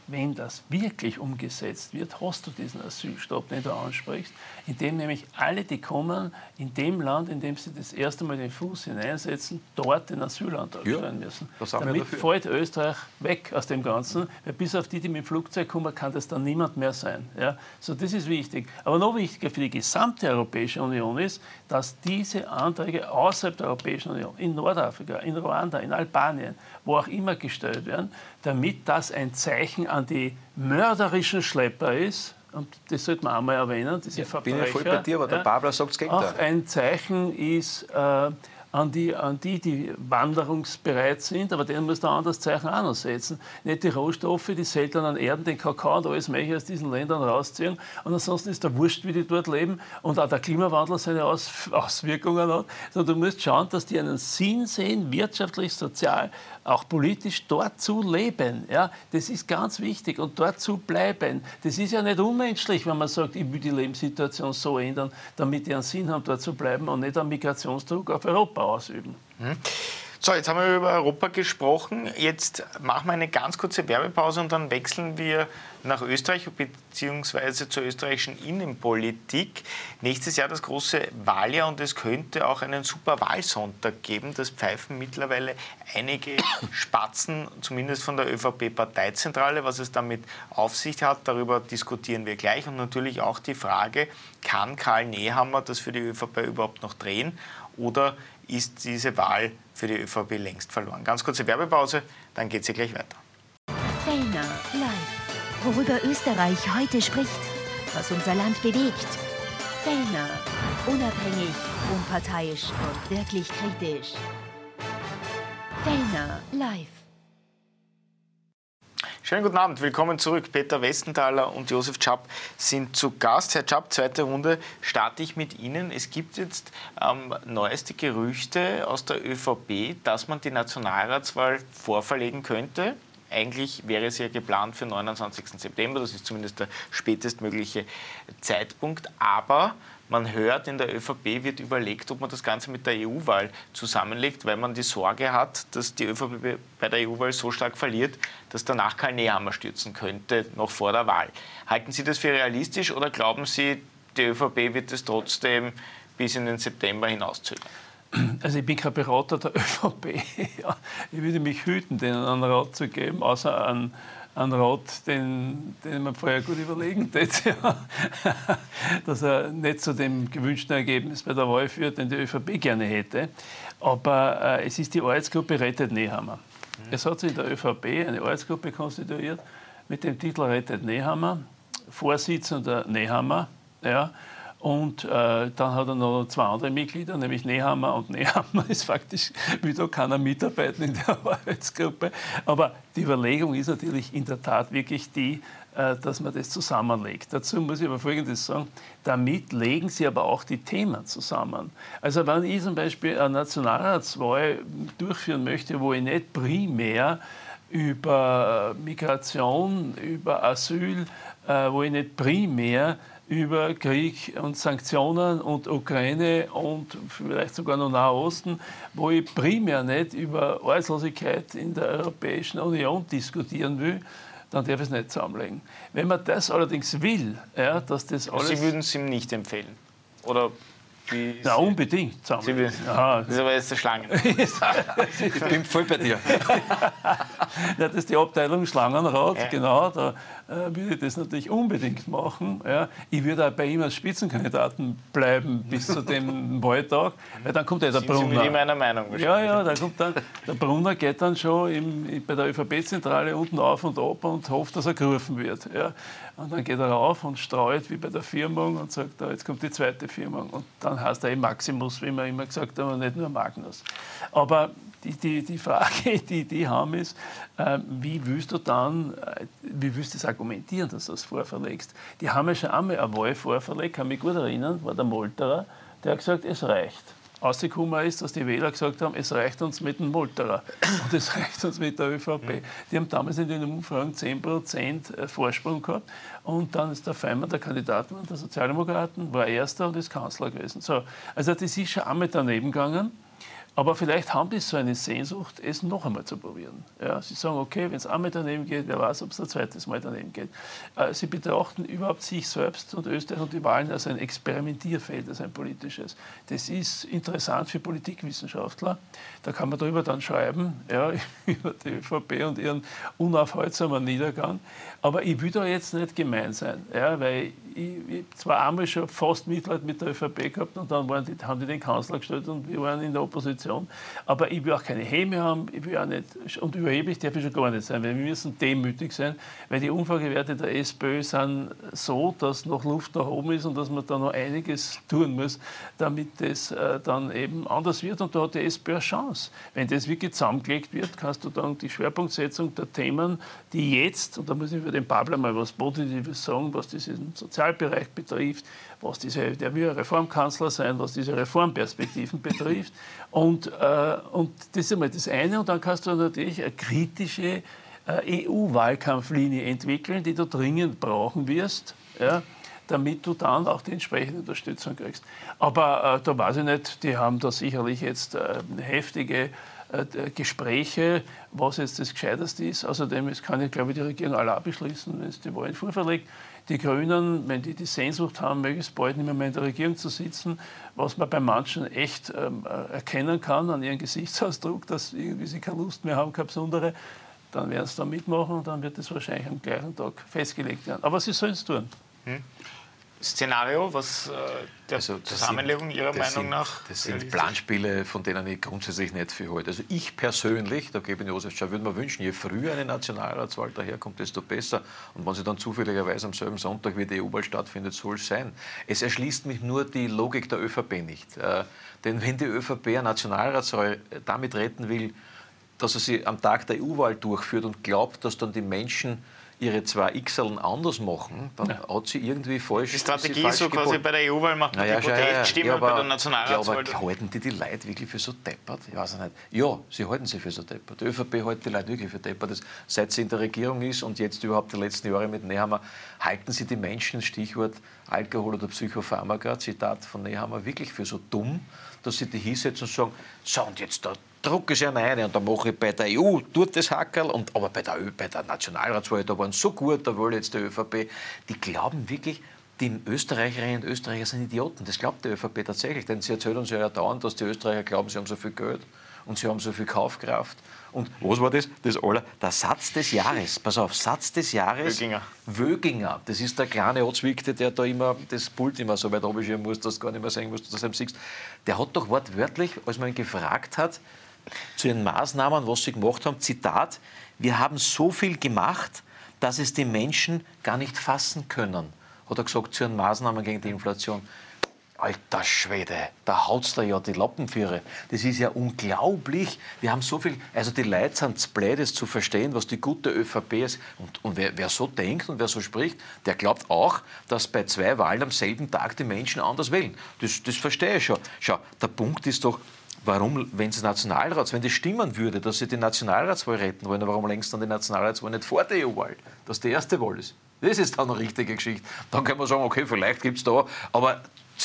wenn das wirklich umgesetzt wird, hast du diesen Asylstopp, den du ansprichst, in dem nämlich alle, die kommen, in dem Land, in dem sie das erste Mal den Fuß hineinsetzen, dort den Asylantrag stellen müssen. Damit fällt Österreich weg aus dem Ganzen, weil bis auf die mit dem Flugzeug kommen, kann das dann niemand mehr sein. Ja? So, das ist wichtig. Aber noch wichtiger für die gesamte Europäische Union ist, dass diese Anträge außerhalb der Europäischen Union, in Nordafrika, in Ruanda, in Albanien, wo auch immer gestellt werden, damit das ein Zeichen an die mörderischen Schlepper ist. Und das sollte man einmal erwähnen, diese Verbrecher. Bin ich voll bei dir, aber der Babler sagt das Gegenteil. Auch ein Zeichen ist an die wanderungsbereit sind, aber denen muss ein anderes Zeichen auch noch setzen. Nicht die Rohstoffe, die seltenen Erden, den Kakao und alles mögliche aus diesen Ländern rausziehen. Und ansonsten ist der Wurscht, wie die dort leben und auch der Klimawandel seine Auswirkungen hat. Sondern du musst schauen, dass die einen Sinn sehen, wirtschaftlich, sozial, auch politisch dort zu leben. Ja, das ist ganz wichtig und dort zu bleiben. Das ist ja nicht unmenschlich, wenn man sagt, ich will die Lebenssituation so ändern, damit die einen Sinn haben, dort zu bleiben und nicht einen Migrationsdruck auf Europa ausüben. So, jetzt haben wir über Europa gesprochen. Jetzt machen wir eine ganz kurze Werbepause und dann wechseln wir nach Österreich bzw. zur österreichischen Innenpolitik. Nächstes Jahr das große Wahljahr und es könnte auch einen super Wahlsonntag geben. Das pfeifen mittlerweile einige Spatzen, zumindest von der ÖVP-Parteizentrale. Was es damit auf sich hat, darüber diskutieren wir gleich. Und natürlich auch die Frage, kann Karl Nehammer das für die ÖVP überhaupt noch drehen oder ist diese Wahl für die ÖVP längst verloren? Ganz kurze Werbepause, dann geht es hier gleich weiter. Fellner live. Worüber Österreich heute spricht, was unser Land bewegt. Fellner. Unabhängig, unparteiisch und wirklich kritisch. Fellner live. Schönen guten Abend, willkommen zurück. Peter Westenthaler und Josef Schapp sind zu Gast. Herr Schapp, zweite Runde starte ich mit Ihnen. Es gibt jetzt neueste Gerüchte aus der ÖVP, dass man die Nationalratswahl vorverlegen könnte. Eigentlich wäre sie ja geplant für 29. September, das ist zumindest der spätestmögliche Zeitpunkt. Aber man hört, in der ÖVP wird überlegt, ob man das Ganze mit der EU-Wahl zusammenlegt, weil man die Sorge hat, dass die ÖVP bei der EU-Wahl so stark verliert, dass danach Karl Nehammer stürzen könnte, noch vor der Wahl. Halten Sie das für realistisch oder glauben Sie, die ÖVP wird es trotzdem bis in den September hinauszögern? Also ich bin kein Berater der ÖVP. Ja, ich würde mich hüten, denen einen Rat zu geben, außer einen Rat, den man vorher gut überlegen hätte, ja, dass er nicht zu dem gewünschten Ergebnis bei der Wahl führt, den die ÖVP gerne hätte. Aber es ist die Arbeitsgruppe Rettet Nehammer. Es hat sich in der ÖVP eine Arbeitsgruppe konstituiert mit dem Titel Rettet Nehammer, Vorsitzender Nehammer. Ja, und dann hat er noch zwei andere Mitglieder, nämlich Nehammer. Und Nehammer ist faktisch wieder keiner mitarbeiten in der Arbeitsgruppe. Aber die Überlegung ist natürlich in der Tat wirklich die, dass man das zusammenlegt. Dazu muss ich aber Folgendes sagen, damit legen Sie aber auch die Themen zusammen. Also wenn ich zum Beispiel eine Nationalratswahl durchführen möchte, wo ich nicht primär über Migration, über Asyl, wo ich nicht primär über Krieg und Sanktionen und Ukraine und vielleicht sogar noch Nahosten, wo ich primär nicht über Arbeitslosigkeit in der Europäischen Union diskutieren will, dann darf ich es nicht zusammenlegen. Wenn man das allerdings will, ja, dass das alles... Sie würden es ihm nicht empfehlen? Oder ja, unbedingt zusammenlegen. Das ist aber jetzt der Schlangen. Ich bin voll bei dir. Ja, das ist die Abteilung Schlangenrat, ja. Genau, da würde ich das natürlich unbedingt machen. Ja. Ich würde auch bei ihm als Spitzenkandidaten bleiben bis zu dem Wahltag, weil dann kommt ja der Brunner. Sie sind mit meiner Meinung wahrscheinlich. Ja, da kommt dann, der Brunner geht dann schon bei der ÖVP-Zentrale unten auf und ab und hofft, dass er gerufen wird. Ja. Und dann geht er rauf und streut wie bei der Firmung und sagt, jetzt kommt die zweite Firmung. Und dann heißt er Maximus, wie wir immer gesagt haben, und nicht nur Magnus. Aber die Frage, die haben, ist, wie willst du das argumentieren, dass du das vorverlegst? Die haben ja schon einmal eine Wahl vorverlegt, kann mich gut erinnern, war der Molterer, der hat gesagt, es reicht. Ausgekommen ist, dass die Wähler gesagt haben, es reicht uns mit dem Molterer und es reicht uns mit der ÖVP. Die haben damals in den Umfragen 10% Vorsprung gehabt und dann ist der Feimann, der Kandidat der Sozialdemokraten, war Erster und ist Kanzler gewesen. So, also das ist schon einmal daneben gegangen. Aber vielleicht haben die so eine Sehnsucht, es noch einmal zu probieren. Ja, sie sagen, okay, wenn es einmal daneben geht, wer weiß, ob es ein zweites Mal daneben geht. Sie betrachten überhaupt sich selbst und Österreich und die Wahlen als ein Experimentierfeld, als ein politisches. Das ist interessant für Politikwissenschaftler. Da kann man darüber dann schreiben, ja, über die ÖVP und ihren unaufhaltsamen Niedergang. Aber ich will da jetzt nicht gemein sein, ja, weil ich zwar einmal schon fast Mitleid mit der ÖVP gehabt und dann haben die den Kanzler gestellt und wir waren in der Opposition. Aber ich will auch keine Häme haben, ich will auch nicht, und überheblich darf ich schon gar nicht sein, weil wir müssen demütig sein, weil die Umfragewerte der SPÖ sind so, dass noch Luft nach oben ist und dass man da noch einiges tun muss, damit das dann eben anders wird. Und da hat die SPÖ eine Chance. Wenn das wirklich zusammengelegt wird, kannst du dann die Schwerpunktsetzung der Themen, die jetzt, und da muss ich über den Pabler mal was Positives sagen, was diesen Sozialbereich betrifft, der will ein Reformkanzler sein, was diese Reformperspektiven betrifft. Und das ist einmal das eine. Und dann kannst du natürlich eine kritische EU-Wahlkampflinie entwickeln, die du dringend brauchen wirst, ja, damit du dann auch die entsprechende Unterstützung kriegst. Aber da weiß ich nicht, die haben da sicherlich jetzt heftige Gespräche, was jetzt das Gescheiterste ist. Außerdem kann ich, glaube ich, die Regierung allein beschließen, wenn es die Wahlen vorverlegt. Die Grünen, wenn die Sehnsucht haben, möglichst bald nicht mehr in der Regierung zu sitzen, was man bei manchen echt erkennen kann an ihrem Gesichtsausdruck, dass irgendwie sie keine Lust mehr haben, keine besondere, dann werden sie da mitmachen und dann wird das wahrscheinlich am gleichen Tag festgelegt werden. Aber sie sollen es tun. Szenario, was der Zusammenlegung Ihrer Meinung nach? Das sind Planspiele, von denen ich grundsätzlich nicht viel halte. Also ich persönlich, da gebe ich Josef Schau, würde mir wünschen, je früher eine Nationalratswahl daherkommt, desto besser. Und wenn sie dann zufälligerweise am selben Sonntag wie die EU-Wahl stattfindet, soll es sein. Es erschließt mich nur die Logik der ÖVP nicht. Denn wenn die ÖVP eine Nationalratswahl damit retten will, dass er sie am Tag der EU-Wahl durchführt und glaubt, dass dann die Menschen ihre zwei X'eln anders machen, dann hat sie irgendwie falsch. Die Strategie ist so quasi bei der EU-Wahl macht man die Proteststimme bei der Nationalratswahl. Ja, aber halten die Leute wirklich für so deppert? Ich weiß nicht. Ja, sie halten sie für so deppert. Die ÖVP hält die Leute wirklich für deppert. Seit sie in der Regierung ist und jetzt überhaupt die letzten Jahre mit Nehammer, halten sie die Menschen, Stichwort Alkohol oder Psychopharmaka, Zitat von Nehammer, wirklich für so dumm, dass sie die hinsetzen und sagen, so und jetzt da drucke ich eine und dann mache ich bei der EU dort das Hackerl, aber bei der Nationalratswahl, da waren sie so gut, da will jetzt die ÖVP. Die glauben wirklich, die Österreicherinnen und Österreicher sind Idioten. Das glaubt die ÖVP tatsächlich, denn sie erzählen uns ja dauernd, dass die Österreicher glauben, sie haben so viel Geld und sie haben so viel Kaufkraft. Und was war das? Der Satz des Jahres. Pass auf, Satz des Jahres. Wöginger. Das ist der kleine Otzwickte, der da immer das Pult immer so weit runterschieben muss, dass du gar nicht mehr sehen musst, dass du das siehst. Der hat doch wortwörtlich, als man ihn gefragt hat, zu den Maßnahmen, was sie gemacht haben, Zitat, wir haben so viel gemacht, dass es die Menschen gar nicht fassen können, hat er gesagt, zu den Maßnahmen gegen die Inflation. Alter Schwede, da haut's da ja die Lappenführer. Das ist ja unglaublich. Wir haben so viel, also die Leute sind zu blöd, es zu verstehen, was die gute ÖVP ist. Und wer so denkt und wer so spricht, der glaubt auch, dass bei zwei Wahlen am selben Tag die Menschen anders wählen. Das verstehe ich schon. Schau, der Punkt ist doch, warum, wenn das stimmen würde, dass sie die Nationalratswahl retten wollen, warum längst dann die Nationalratswahl nicht vor der EU-Wahl, dass die erste Wahl ist? Das ist dann eine richtige Geschichte. Dann kann man sagen, okay, vielleicht gibt es da, aber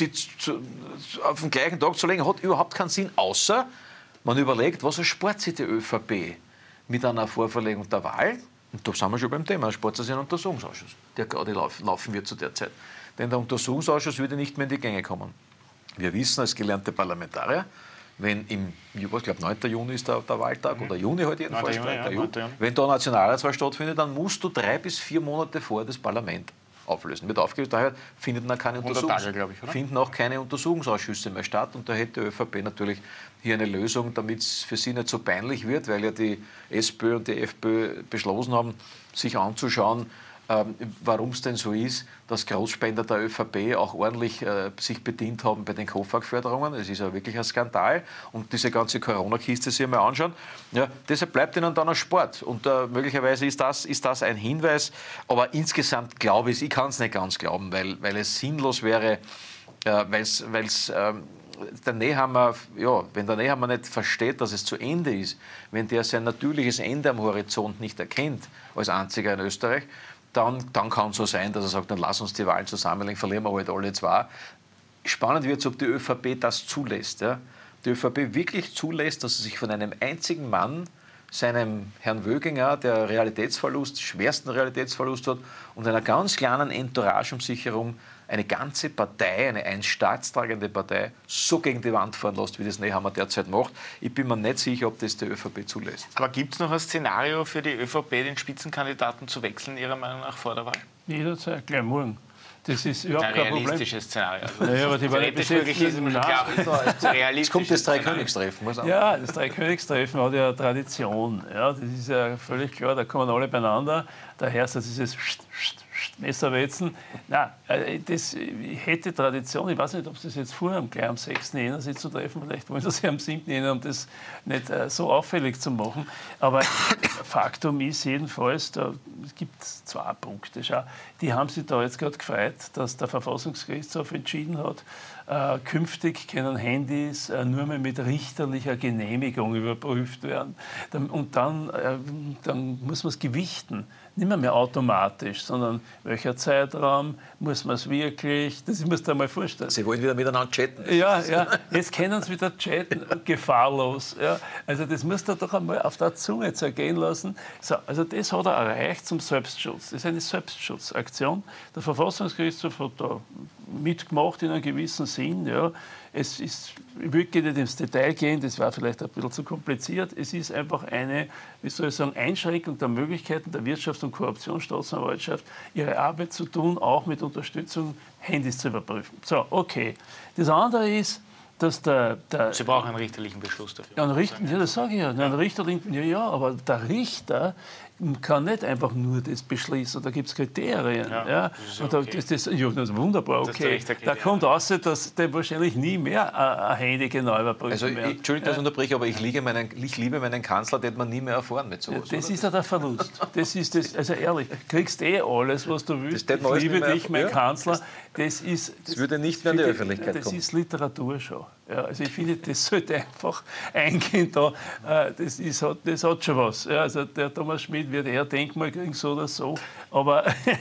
auf den gleichen Tag zu legen, hat überhaupt keinen Sinn, außer man überlegt, was erspart sich die ÖVP mit einer Vorverlegung der Wahl? Und da sind wir schon beim Thema, erspart sich einen Untersuchungsausschuss, der gerade laufen wird zu der Zeit. Denn der Untersuchungsausschuss würde nicht mehr in die Gänge kommen. Wir wissen als gelernte Parlamentarier, wenn ich glaube 9. Juni ist der Wahltag, oder Juni halt jedenfalls, wenn da eine Nationalratswahl stattfindet, dann musst du 3 bis 4 Monate vor das Parlament auflösen. Wird aufgelöst, daher finden auch keine Untersuchungsausschüsse mehr statt und da hätte die ÖVP natürlich hier eine Lösung, damit es für sie nicht so peinlich wird, weil ja die SPÖ und die FPÖ beschlossen haben, sich anzuschauen, warum es denn so ist, dass Großspender der ÖVP auch ordentlich sich bedient haben bei den KOFAG-Förderungen. Das ist ja wirklich ein Skandal. Und diese ganze Corona-Kiste sich mal anschauen. Ja, deshalb bleibt ihnen dann ein Sport. Und möglicherweise ist das ein Hinweis. Aber insgesamt glaube ich kann es nicht ganz glauben, weil es sinnlos wäre, der Nehammer, wenn der Nehammer nicht versteht, dass es zu Ende ist, wenn der sein natürliches Ende am Horizont nicht erkennt, als einziger in Österreich, dann kann es so sein, dass er sagt, dann lass uns die Wahlen zusammenlegen, verlieren wir halt alle zwei. Spannend wird es, ob die ÖVP das zulässt, ja? die ÖVP wirklich zulässt, dass sie sich von einem einzigen Mann, seinem Herrn Wöginger, der schwersten Realitätsverlust hat, und einer ganz kleinen Entourage um sich herum eine ganze Partei, eine einst staatstragende Partei, so gegen die Wand fahren lässt, wie das Nehammer derzeit macht. Ich bin mir nicht sicher, ob das die ÖVP zulässt. Aber gibt es noch ein Szenario für die ÖVP, den Spitzenkandidaten zu wechseln, Ihrer Meinung nach, vor der Wahl? Jederzeit, gleich morgen. Das ist überhaupt kein Problem. Realistisches Szenario. Ja, aber die theoretisch möglich ist immer klar. Jetzt kommt das Dreikönigstreffen. Ja, das Dreikönigstreffen hat ja Tradition. Ja, das ist ja völlig klar, da kommen alle beieinander. Daher ist das dieses Messerwetzen. Nein, das hätte Tradition. Ich weiß nicht, ob Sie das jetzt vorhaben, gleich am 6. Jänner sich zu treffen. Vielleicht wollen Sie sich am 7. Jänner, um das nicht so auffällig zu machen. Aber Faktum ist jedenfalls, es gibt 2 Punkte. Schau, die haben sich da jetzt gerade gefreut, dass der Verfassungsgerichtshof entschieden hat, künftig können Handys nur mehr mit richterlicher Genehmigung überprüft werden. Und dann muss man es gewichten. Nicht mehr automatisch, sondern welcher Zeitraum muss man es wirklich, das muss man mal vorstellen. Sie wollen wieder miteinander chatten. Ja, jetzt können sie wieder chatten, gefahrlos. Ja. Also das muss man doch einmal auf der Zunge zergehen lassen. So, also das hat er erreicht zum Selbstschutz. Das ist eine Selbstschutzaktion. Der Verfassungsgerichtshof hat da mitgemacht in einem gewissen Sinn. Ja. Ich will nicht ins Detail gehen, das war vielleicht ein bisschen zu kompliziert. Es ist einfach eine, wie soll ich sagen, Einschränkung der Möglichkeiten der Wirtschafts- und Korruptionsstaatsanwaltschaft, ihre Arbeit zu tun, auch mit Unterstützung Handys zu überprüfen. So, okay. Das andere ist, dass Sie brauchen einen richterlichen Beschluss dafür. Ja, das sage ich ja. Einen richterlichen, ja, aber der Richter kann nicht einfach nur das beschließen. Da gibt es Kriterien. Ja. Das ist wunderbar, okay. Da kommt raus, dass der wahrscheinlich nie mehr ein Handy genau überprüfen wird. Entschuldigung, dass ich unterbreche, aber ich liebe meinen Kanzler, den man nie mehr erfahren mit sowas. Das ist ja der Verlust. Das ist das, also ehrlich, kriegst alles, was du willst. Ich liebe dich, mein Kanzler. Das würde nicht mehr in die Öffentlichkeit kommen. Das ist Literatur schon. Ja, also ich finde, das sollte einfach eingehen da. Das hat schon was. Ja, also der Thomas Schmidt wird eher Denkmal kriegen, so oder so. Aber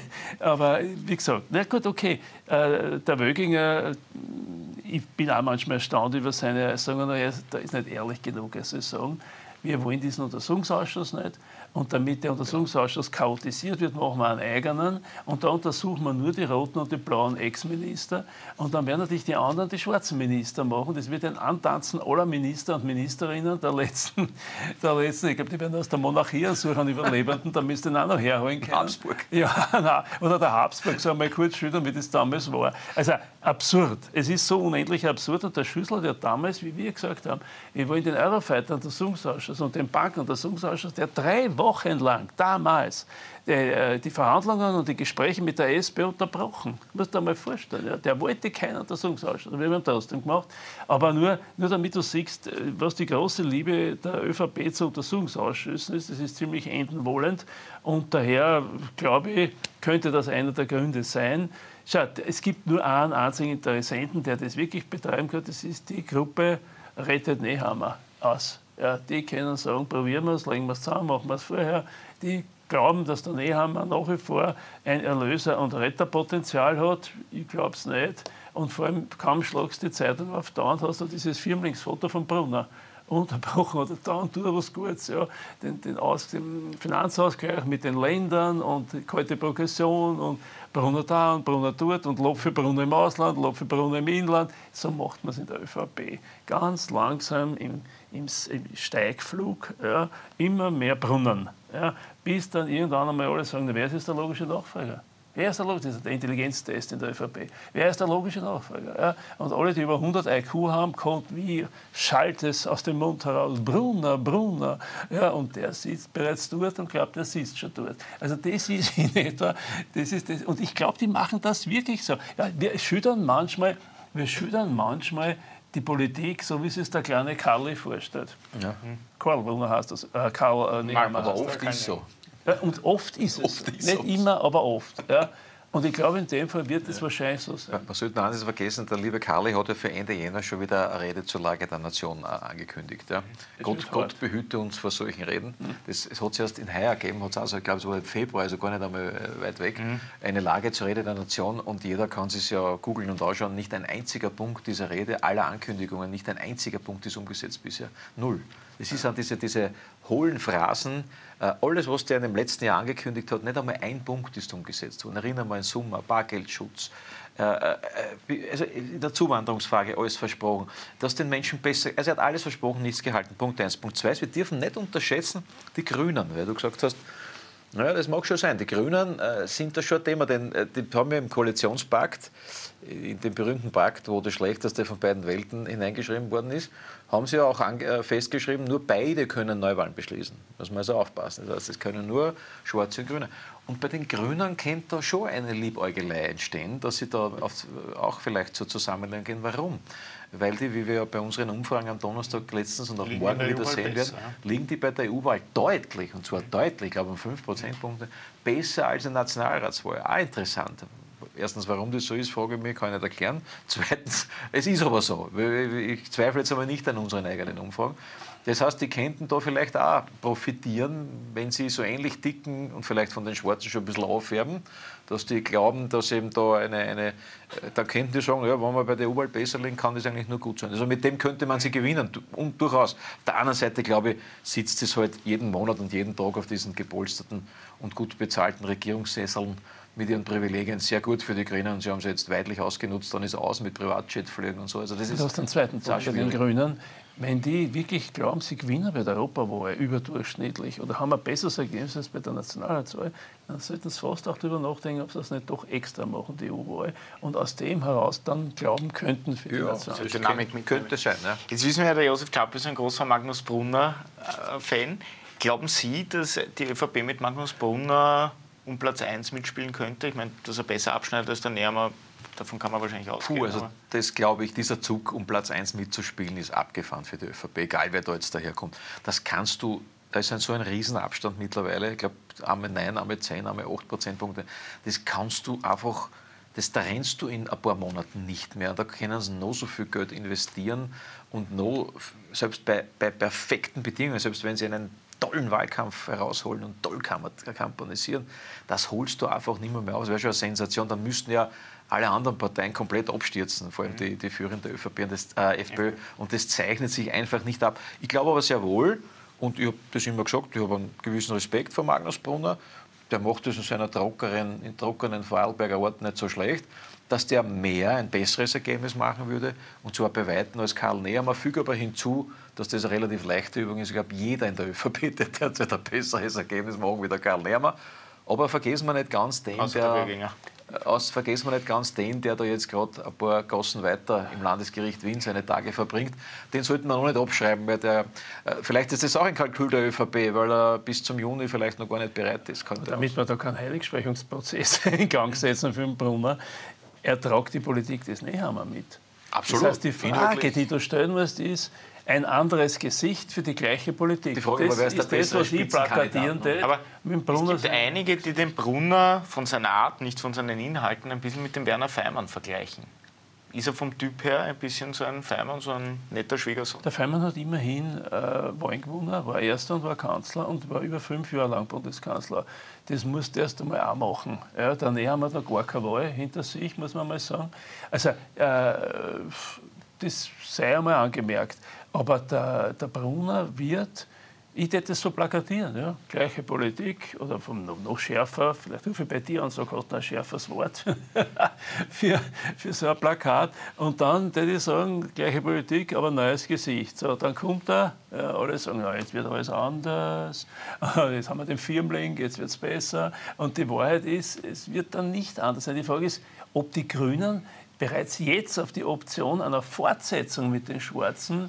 wie gesagt, na gut, okay. Der Wöginger, ich bin auch manchmal erstaunt über seine Sagen, da ist nicht ehrlich genug, er soll sagen, wir wollen diesen Untersuchungsausschuss nicht. Und damit der Untersuchungsausschuss chaotisiert wird, machen wir einen eigenen. Und da untersuchen wir nur die roten und die blauen Ex-Minister. Und dann werden natürlich die anderen die schwarzen Minister machen. Das wird ein Antanzen aller Minister und Ministerinnen der letzten ich glaube, die werden aus der Monarchie suchen, an Überlebenden, damit sie den auch noch herholen können. Habsburg. Ja, nein. Oder der Habsburg, so einmal kurz schildern, wie das damals war. Also absurd. Es ist so unendlich absurd. Und der Schüssler, der damals, wie wir gesagt haben, wir wollen den Eurofighter-Untersuchungsausschuss und den Bankenuntersuchungsausschuss, der 3 Wochen lang damals die Verhandlungen und die Gespräche mit der SP unterbrochen. Das musst du dir mal vorstellen. Ja. Der wollte keinen Untersuchungsausschuss. Wir haben ihn trotzdem gemacht. Aber nur damit du siehst, was die große Liebe der ÖVP zu Untersuchungsausschüssen ist. Das ist ziemlich endenwollend. Und daher, glaube ich, könnte das einer der Gründe sein. Schau, es gibt nur einen einzigen Interessenten, der das wirklich betreiben kann. Das ist die Gruppe Rettet Nehammer aus. Ja, die können sagen, probieren wir es, legen wir es zusammen, machen wir es vorher. Die glauben, dass der Nehammer nach wie vor ein Erlöser- und Retterpotenzial hat. Ich glaube es nicht. Und vor allem, kaum schlagst du die Zeitung auf, dauernd hast du dieses Firmlingsfoto von Brunner unterbrochen oder dauernd tut er was Gutes. Ja. Den Finanzausgleich mit den Ländern und die kalte Progression und Brunner da und Brunner dort und Lob für Brunner im Ausland, Lob für Brunner im Inland. So macht man es in der ÖVP. Ganz langsam im Steigflug, ja, immer mehr Brunnen. Ja, bis dann irgendwann einmal alle sagen, wer ist jetzt der logische Nachfolger? Wer ist der logische? Das ist der Intelligenztest in der ÖVP. Wer ist der logische Nachfolger? Ja, und alle, die über 100 IQ haben, kommt wie schallt es aus dem Mund heraus. Brunner, Brunner. Ja, und der sitzt bereits dort und glaubt, der sitzt schon dort. Also das ist in etwa, das ist das. Und ich glaube, die machen das wirklich so. Ja, wir schüttern manchmal die Politik, so wie es der kleine Karli vorstellt. Ja. Karl Brunner heißt das. Karl Nehammer. Aber oft ist so. Ja, und oft ist es. Nicht immer, aber oft. Ja. Und ich glaube, in dem Fall wird es wahrscheinlich so sein. Man sollte noch eines vergessen, der liebe Karli hat ja für Ende Jänner schon wieder eine Rede zur Lage der Nation angekündigt. Ja. Gott behüte uns vor solchen Reden. Es hat es erst in Heuer gegeben, hat es also, ich glaube, es war im Februar, also gar nicht einmal weit weg, eine Lage zur Rede der Nation, und jeder kann sich ja googeln und anschauen. Nicht ein einziger Punkt dieser Rede, aller Ankündigungen, nicht ein einziger Punkt ist umgesetzt bisher. Null. Es ist an diese hohlen Phrasen, alles, was der in dem letzten Jahr angekündigt hat, nicht einmal ein Punkt ist umgesetzt worden. Erinnern wir an Summa, Bargeldschutz, also in der Zuwanderungsfrage alles versprochen, dass den Menschen besser, also er hat alles versprochen, nichts gehalten. Punkt 1. Punkt 2, wir dürfen nicht unterschätzen die Grünen, weil du gesagt hast, naja, das mag schon sein. Die Grünen sind da schon ein Thema, denn die haben ja im Koalitionspakt, in dem berühmten Pakt, wo das Schlechteste von beiden Welten hineingeschrieben worden ist, haben sie ja auch festgeschrieben, nur beide können Neuwahlen beschließen. Muss man also aufpassen. Das heißt, es können nur Schwarze und Grüne. Und bei den Grünen könnte da schon eine Liebäugelei entstehen, dass sie da auch vielleicht so zusammenlegen gehen. Warum? Weil die, wie wir ja bei unseren Umfragen am Donnerstag letztens und auch morgen wieder sehen werden, liegen die bei der EU-Wahl deutlich, und zwar deutlich, ich glaube um 5 Prozentpunkte, besser als in der Nationalratswahl. Auch interessant. Erstens, warum das so ist, frage ich mich, kann ich nicht erklären. Zweitens, es ist aber so. Ich zweifle jetzt aber nicht an unseren eigenen Umfragen. Das heißt, die könnten da vielleicht auch profitieren, wenn sie so ähnlich ticken und vielleicht von den Schwarzen schon ein bisschen auffärben, dass die glauben, dass eben da da könnten die sagen, ja, wenn wir bei der U-Wahl besser liegen, kann das eigentlich nur gut sein. Also mit dem könnte man sie gewinnen, und durchaus. Auf der anderen Seite, glaube ich, sitzt es halt jeden Monat und jeden Tag auf diesen gepolsterten und gut bezahlten Regierungssesseln mit ihren Privilegien sehr gut für die Grünen, und sie haben sie jetzt weitlich ausgenutzt, dann ist aus mit Privatjetflügen und so. Also das ist du hast den zweiten Punkt bei den Grünen. Wenn die wirklich glauben, sie gewinnen bei der Europawahl überdurchschnittlich oder haben ein besseres Ergebnis als bei der Nationalratswahl, dann sollten sie fast auch darüber nachdenken, ob sie das nicht doch extra machen, die EU-Wahl, und aus dem heraus dann glauben könnten für die Nationalratswahl. Das könnte sein. Ja. Jetzt wissen wir ja, der Josef Chappel ist ein großer Magnus Brunner-Fan. Glauben Sie, dass die ÖVP mit Magnus Brunner um Platz 1 mitspielen könnte? Ich meine, dass er besser abschneidet als der Nehammer, davon kann man wahrscheinlich ausgehen. Also das glaube ich, dieser Zug, um Platz 1 mitzuspielen, ist abgefahren für die ÖVP, egal wer da jetzt daherkommt. Das kannst du, da ist so ein Riesenabstand mittlerweile, ich glaube, einmal 9, einmal 10, einmal 8 Prozentpunkte. Das kannst du einfach, da rennst du in ein paar Monaten nicht mehr. Da können sie noch so viel Geld investieren und noch, selbst bei perfekten Bedingungen, selbst wenn sie einen tollen Wahlkampf herausholen und toll kampanisieren, das holst du einfach nicht mehr aus. Das wäre schon eine Sensation. Dann müssten ja alle anderen Parteien komplett abstürzen, vor allem die führende ÖVP und FPÖ. Und das zeichnet sich einfach nicht ab. Ich glaube aber sehr wohl, und ich habe das immer gesagt, ich habe einen gewissen Respekt vor Magnus Brunner, der macht das in seiner trockenen Vorarlberger Art nicht so schlecht, dass der ein besseres Ergebnis machen würde, und zwar bei Weitem als Karl Nehammer. Füge aber hinzu, dass das eine relativ leichte Übung ist. Ich glaube, jeder in der ÖVP der derzeit ein besseres Ergebnis machen wie der Karl Nehammer. Aber vergessen wir nicht ganz den, der da jetzt gerade ein paar Gassen weiter im Landesgericht Wien seine Tage verbringt. Den sollten wir noch nicht abschreiben, weil vielleicht ist das auch ein Kalkül der ÖVP, weil er bis zum Juni vielleicht noch gar nicht bereit ist. Damit wir da keinen Heiligsprechungsprozess in Gang setzen für den Brunner, er tragt die Politik des Nehammer mit. Absolut. Das heißt, die Frage, die du stellen musst, ist ein anderes Gesicht für die gleiche Politik. Die Frage, das ist das, was ich plakatieren tät. Aber es gibt einige, die den Brunner von seiner Art, nicht von seinen Inhalten, ein bisschen mit dem Werner Feimann vergleichen. Ist er vom Typ her ein bisschen so ein Feimann, so ein netter Schwiegersohn? Der Feimann hat immerhin Wahlen gewonnen, war Erster und war Kanzler und war über 5 Jahre lang Bundeskanzler. Das muss der erst einmal auch machen. Ja, der Nehammer hat noch gar keine Wahl hinter sich, muss man mal sagen. Also, das sei einmal angemerkt. Aber der Brunner wird, ich hätte das so plakatieren, ja? Gleiche Politik oder noch schärfer, vielleicht rufe ich bei dir und sage, hat ein schärferes Wort für so ein Plakat. Und dann würde ich sagen, gleiche Politik, aber neues Gesicht. So, dann kommt alle sagen, ja, jetzt wird alles anders, jetzt haben wir den Firmling, jetzt wird es besser. Und die Wahrheit ist, es wird dann nicht anders sein. Die Frage ist, ob die Grünen bereits jetzt auf die Option einer Fortsetzung mit den Schwarzen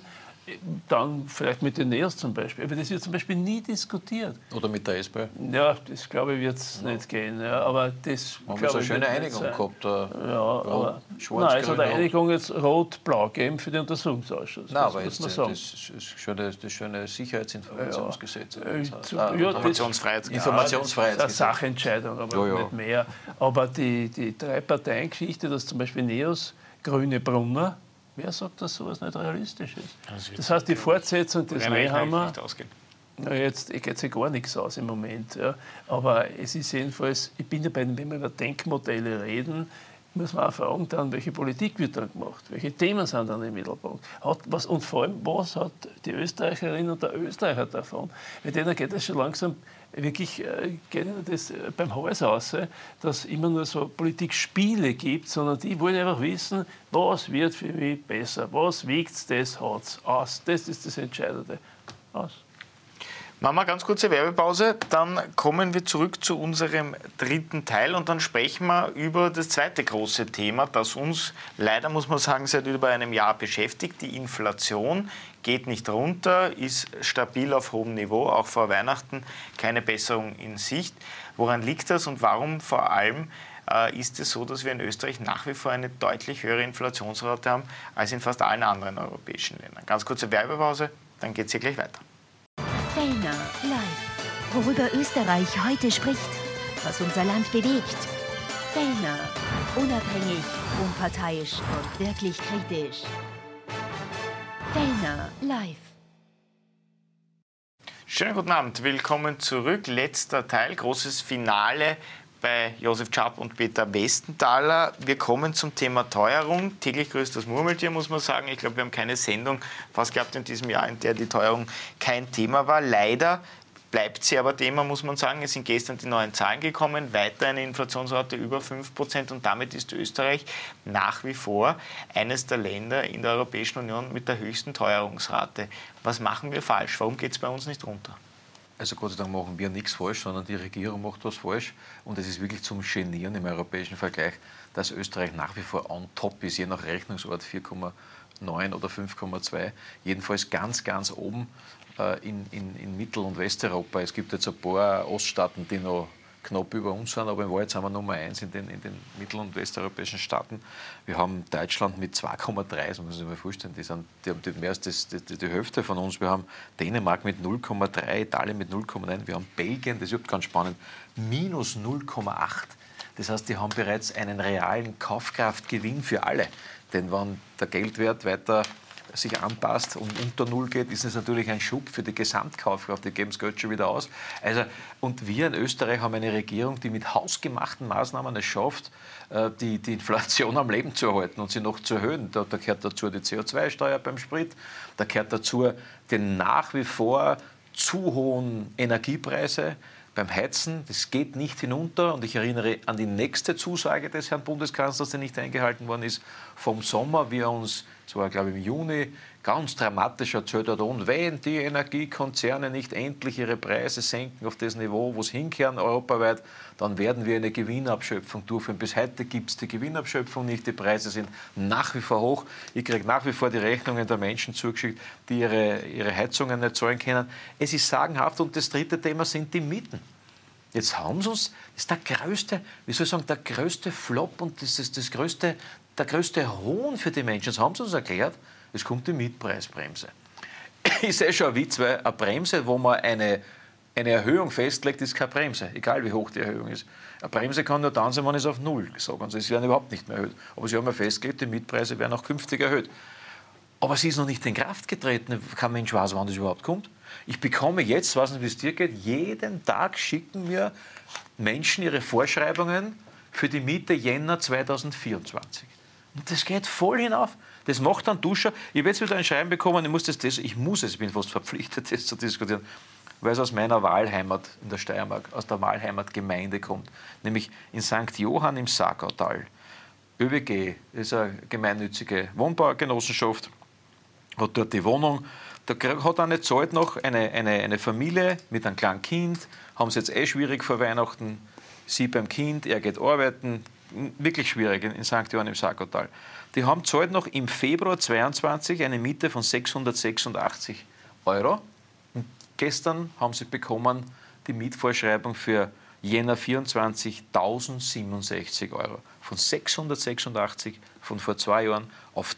dann vielleicht mit den NEOS zum Beispiel. Aber das wird zum Beispiel nie diskutiert. Oder mit der SPÖ? Ja, das glaube ich wird es nicht gehen. Ja, aber das haben wir so eine schöne Einigung gehabt. Aber es hat eine Einigung jetzt rot-blau gegeben für den Untersuchungsausschuss. Nein, aber jetzt das schöne Sicherheitsinformationsgesetz. Informationsfreiheitsgesetz. Das ist eine Sachentscheidung, aber nicht mehr. Aber die Drei-Parteien-Geschichte, dass zum Beispiel NEOS, Grüne Brunner, wer sagt, dass sowas nicht realistisch ist? Das heißt, die Fortsetzung des Nehammer. Jetzt geht sich gar nichts aus im Moment. Ja. Aber es ist jedenfalls, ich bin dabei, wenn wir über Denkmodelle reden, muss man auch fragen, dann, welche Politik wird dann gemacht? Welche Themen sind dann im Mittelpunkt? Und vor allem, was hat die Österreicherin und der Österreicher davon? Weil denen geht es schon langsam wirklich geht das beim Hals aus, dass es immer nur so Politikspiele gibt, sondern die wollen einfach wissen, was wird für mich besser, was wiegt es, das hat es aus. Das ist das Entscheidende. Aus. Machen wir eine ganz kurze Werbepause, dann kommen wir zurück zu unserem dritten Teil und dann sprechen wir über das zweite große Thema, das uns leider, muss man sagen, seit über einem Jahr beschäftigt. Die Inflation geht nicht runter, ist stabil auf hohem Niveau, auch vor Weihnachten keine Besserung in Sicht. Woran liegt das und warum vor allem ist es so, dass wir in Österreich nach wie vor eine deutlich höhere Inflationsrate haben als in fast allen anderen europäischen Ländern? Ganz kurze Werbepause, dann geht es hier gleich weiter. Fellner live. Worüber Österreich heute spricht, was unser Land bewegt. Fellner. Unabhängig, unparteiisch und wirklich kritisch. Fellner live. Schönen guten Abend, willkommen zurück. Letzter Teil, großes Finale bei Josef Schaap und Peter Westenthaler. Wir kommen zum Thema Teuerung. Täglich grüßt das Murmeltier, muss man sagen. Ich glaube, wir haben keine Sendung fast gehabt in diesem Jahr, in der die Teuerung kein Thema war. Leider bleibt sie aber Thema, muss man sagen. Es sind gestern die neuen Zahlen gekommen. Weiter eine Inflationsrate über 5% und damit ist Österreich nach wie vor eines der Länder in der Europäischen Union mit der höchsten Teuerungsrate. Was machen wir falsch? Warum geht es bei uns nicht runter? Also Gott sei Dank machen wir nichts falsch, sondern die Regierung macht was falsch. Und es ist wirklich zum Genieren im europäischen Vergleich, dass Österreich nach wie vor on top ist, je nach Rechnungsort 4,9 oder 5,2. Jedenfalls ganz, ganz oben in Mittel- und Westeuropa. Es gibt jetzt ein paar Oststaaten, die noch knapp über uns sind, aber in Wahrheit sind wir Nummer 1 in den mittel- und westeuropäischen Staaten. Wir haben Deutschland mit 2,3, das muss man sich mal vorstellen, die haben mehr als die Hälfte von uns. Wir haben Dänemark mit 0,3, Italien mit 0,9, wir haben Belgien, das ist überhaupt ganz spannend, minus 0,8. Das heißt, die haben bereits einen realen Kaufkraftgewinn für alle. Denn wenn der Geldwert weiter sich anpasst und unter Null geht, ist es natürlich ein Schub für die Gesamtkaufkraft. Die geben das Geld schon wieder aus. Also, und wir in Österreich haben eine Regierung, die mit hausgemachten Maßnahmen es schafft, die Inflation am Leben zu erhalten und sie noch zu erhöhen. Da gehört dazu die CO2-Steuer beim Sprit, da gehört dazu die nach wie vor zu hohen Energiepreise beim Heizen. Das geht nicht hinunter. Und ich erinnere an die nächste Zusage des Herrn Bundeskanzlers, die nicht eingehalten worden ist, vom Sommer, wie er uns, das war glaube ich im Juni, ganz dramatisch erzählt hat, und wenn die Energiekonzerne nicht endlich ihre Preise senken auf das Niveau, wo sie hinkehren europaweit, dann werden wir eine Gewinnabschöpfung durchführen. Bis heute gibt es die Gewinnabschöpfung nicht, die Preise sind nach wie vor hoch. Ich kriege nach wie vor die Rechnungen der Menschen zugeschickt, die ihre Heizungen nicht zahlen können. Es ist sagenhaft. Und das dritte Thema sind die Mieten. Jetzt haben sie uns, das ist der größte, wie soll ich sagen, der größte Flop und das ist der größte Hohn für die Menschen. Jetzt haben sie uns erklärt, es kommt die Mietpreisbremse. Ist schon ein Witz, weil eine Bremse, wo man eine Erhöhung festlegt, ist keine Bremse, egal wie hoch die Erhöhung ist. Eine Bremse kann nur dann sein, wenn es auf Null gesagt ist. Sie werden überhaupt nicht mehr erhöht. Aber sie haben ja festgelegt, die Mietpreise werden auch künftig erhöht. Aber sie ist noch nicht in Kraft getreten. Kein Mensch weiß, wann das überhaupt kommt. Ich bekomme jetzt, weiß nicht, wie es dir geht, jeden Tag schicken mir Menschen ihre Vorschreibungen für die Miete Jänner 2024. Und das geht voll hinauf. Das macht dann Duscher. Ich habe jetzt wieder ein Schreiben bekommen, ich bin fast verpflichtet, das zu diskutieren, weil es aus meiner Wahlheimat in der Steiermark, aus der Wahlheimatgemeinde kommt, nämlich in St. Johann im Saargautal. ÖWG ist eine gemeinnützige Wohnbaugenossenschaft, hat dort die Wohnung. Da hat eine Zeit noch eine Familie mit einem kleinen Kind, haben es jetzt schwierig vor Weihnachten, sie beim Kind, er geht arbeiten, wirklich schwierig in St. Johann im Sargotal. Die haben zahlt noch im Februar 22 eine Miete von 686 €. Und gestern haben sie bekommen die Mietvorschreibung für Jänner 24 1067 €. Von 686 von vor 2 Jahren auf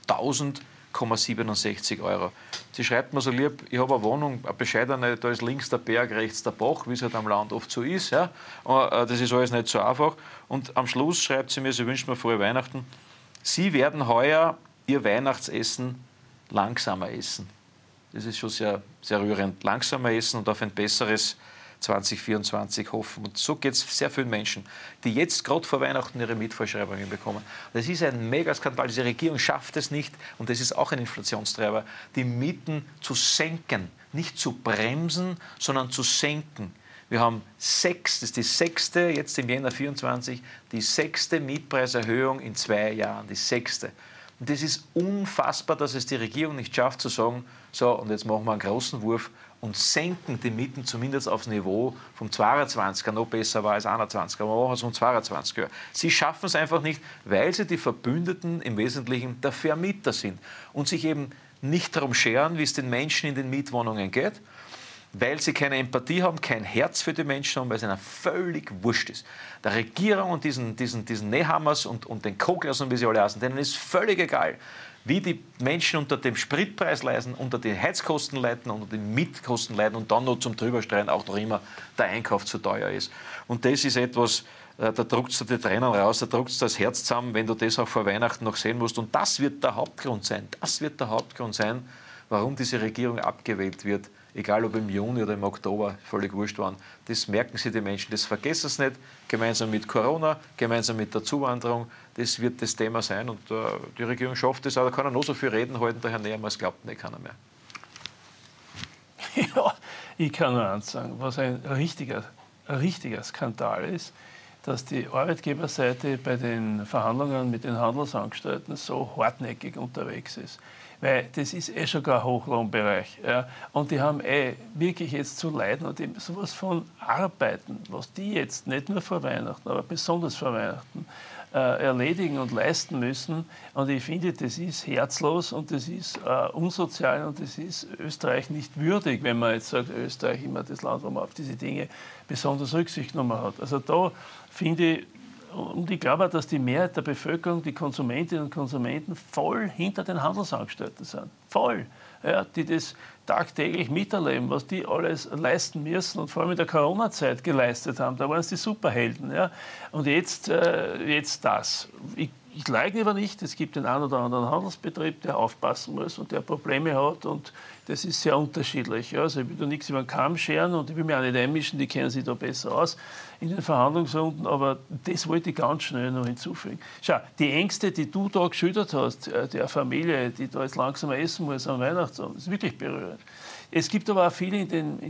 1000,67 €. Sie schreibt mir so lieb, ich habe eine Wohnung, eine bescheidene, da ist links der Berg, rechts der Bach, wie es halt am Land oft so ist. Ja. Das ist alles nicht so einfach. Und am Schluss schreibt sie mir, sie wünscht mir frohe Weihnachten. Sie werden heuer Ihr Weihnachtsessen langsamer essen. Das ist schon sehr, sehr rührend. Langsamer essen und auf ein besseres 2024 hoffen. Und so geht es sehr vielen Menschen, die jetzt gerade vor Weihnachten ihre Mietvorschreibungen bekommen. Das ist ein Megaskandal. Diese Regierung schafft es nicht, und das ist auch ein Inflationstreiber, die Mieten zu senken. Nicht zu bremsen, sondern zu senken. Wir haben das ist die 6., jetzt im Jänner 24, die 6. Mietpreiserhöhung in 2 Jahren. Die 6. Und das ist unfassbar, dass es die Regierung nicht schafft zu sagen, so, und jetzt machen wir einen großen Wurf und senken die Mieten zumindest aufs Niveau vom 22er, noch besser war als 21er, aber machen es um 22er. Sie schaffen es einfach nicht, weil sie die Verbündeten im Wesentlichen der Vermieter sind und sich eben nicht darum scheren, wie es den Menschen in den Mietwohnungen geht, weil sie keine Empathie haben, kein Herz für die Menschen haben, weil es ihnen völlig wurscht ist. Der Regierung und diesen Nehammers und den Koglers und wie sie alle heißen, denen ist völlig egal, wie die Menschen unter dem Spritpreis leiden, unter den Heizkosten leiden, unter den Mietkosten leiden und dann noch zum Drüberstreuen auch noch immer der Einkauf zu teuer ist. Und das ist etwas, da druckst du die Tränen raus, da druckst du das Herz zusammen, wenn du das auch vor Weihnachten noch sehen musst. Und das wird der Hauptgrund sein. Das wird der Hauptgrund sein, warum diese Regierung abgewählt wird. Egal ob im Juni oder im Oktober, völlig wurscht waren. Das merken sie die Menschen, das vergessen sie nicht. Gemeinsam mit Corona, gemeinsam mit der Zuwanderung, das wird das Thema sein. Und die Regierung schafft es, aber da kann er noch so viel reden halten, der Herr Nehammer, es glaubt nicht keiner mehr. Ja, ich kann nur eins sagen, was ein richtiger Skandal ist, dass die Arbeitgeberseite bei den Verhandlungen mit den Handelsangestellten so hartnäckig unterwegs ist. Weil das ist schon gar ein Hochlohnbereich. Ja. Und die haben wirklich jetzt zu leiden und eben sowas von Arbeiten, was die jetzt nicht nur vor Weihnachten, aber besonders vor Weihnachten erledigen und leisten müssen. Und ich finde, das ist herzlos und das ist unsozial und das ist Österreich nicht würdig, wenn man jetzt sagt, Österreich immer das Land, wo man auf diese Dinge besonders Rücksicht genommen hat. Also da finde ich, und ich glaube auch, dass die Mehrheit der Bevölkerung, die Konsumentinnen und Konsumenten, voll hinter den Handelsangestellten sind. Voll. Ja, die das tagtäglich miterleben, was die alles leisten müssen und vor allem in der Corona-Zeit geleistet haben. Da waren es die Superhelden. Ja. Und jetzt das. Ich leugne aber nicht, es gibt den einen oder anderen Handelsbetrieb, der aufpassen muss und der Probleme hat und das ist sehr unterschiedlich. Ja. Also ich will da nichts über den Kamm scheren und ich will mich auch nicht einmischen, die kennen sich da besser aus in den Verhandlungsrunden, aber das wollte ich ganz schnell noch hinzufügen. Schau, die Ängste, die du da geschildert hast, der Familie, die da jetzt langsam essen muss am Weihnachtsabend, ist wirklich berührend. Es gibt aber auch viele,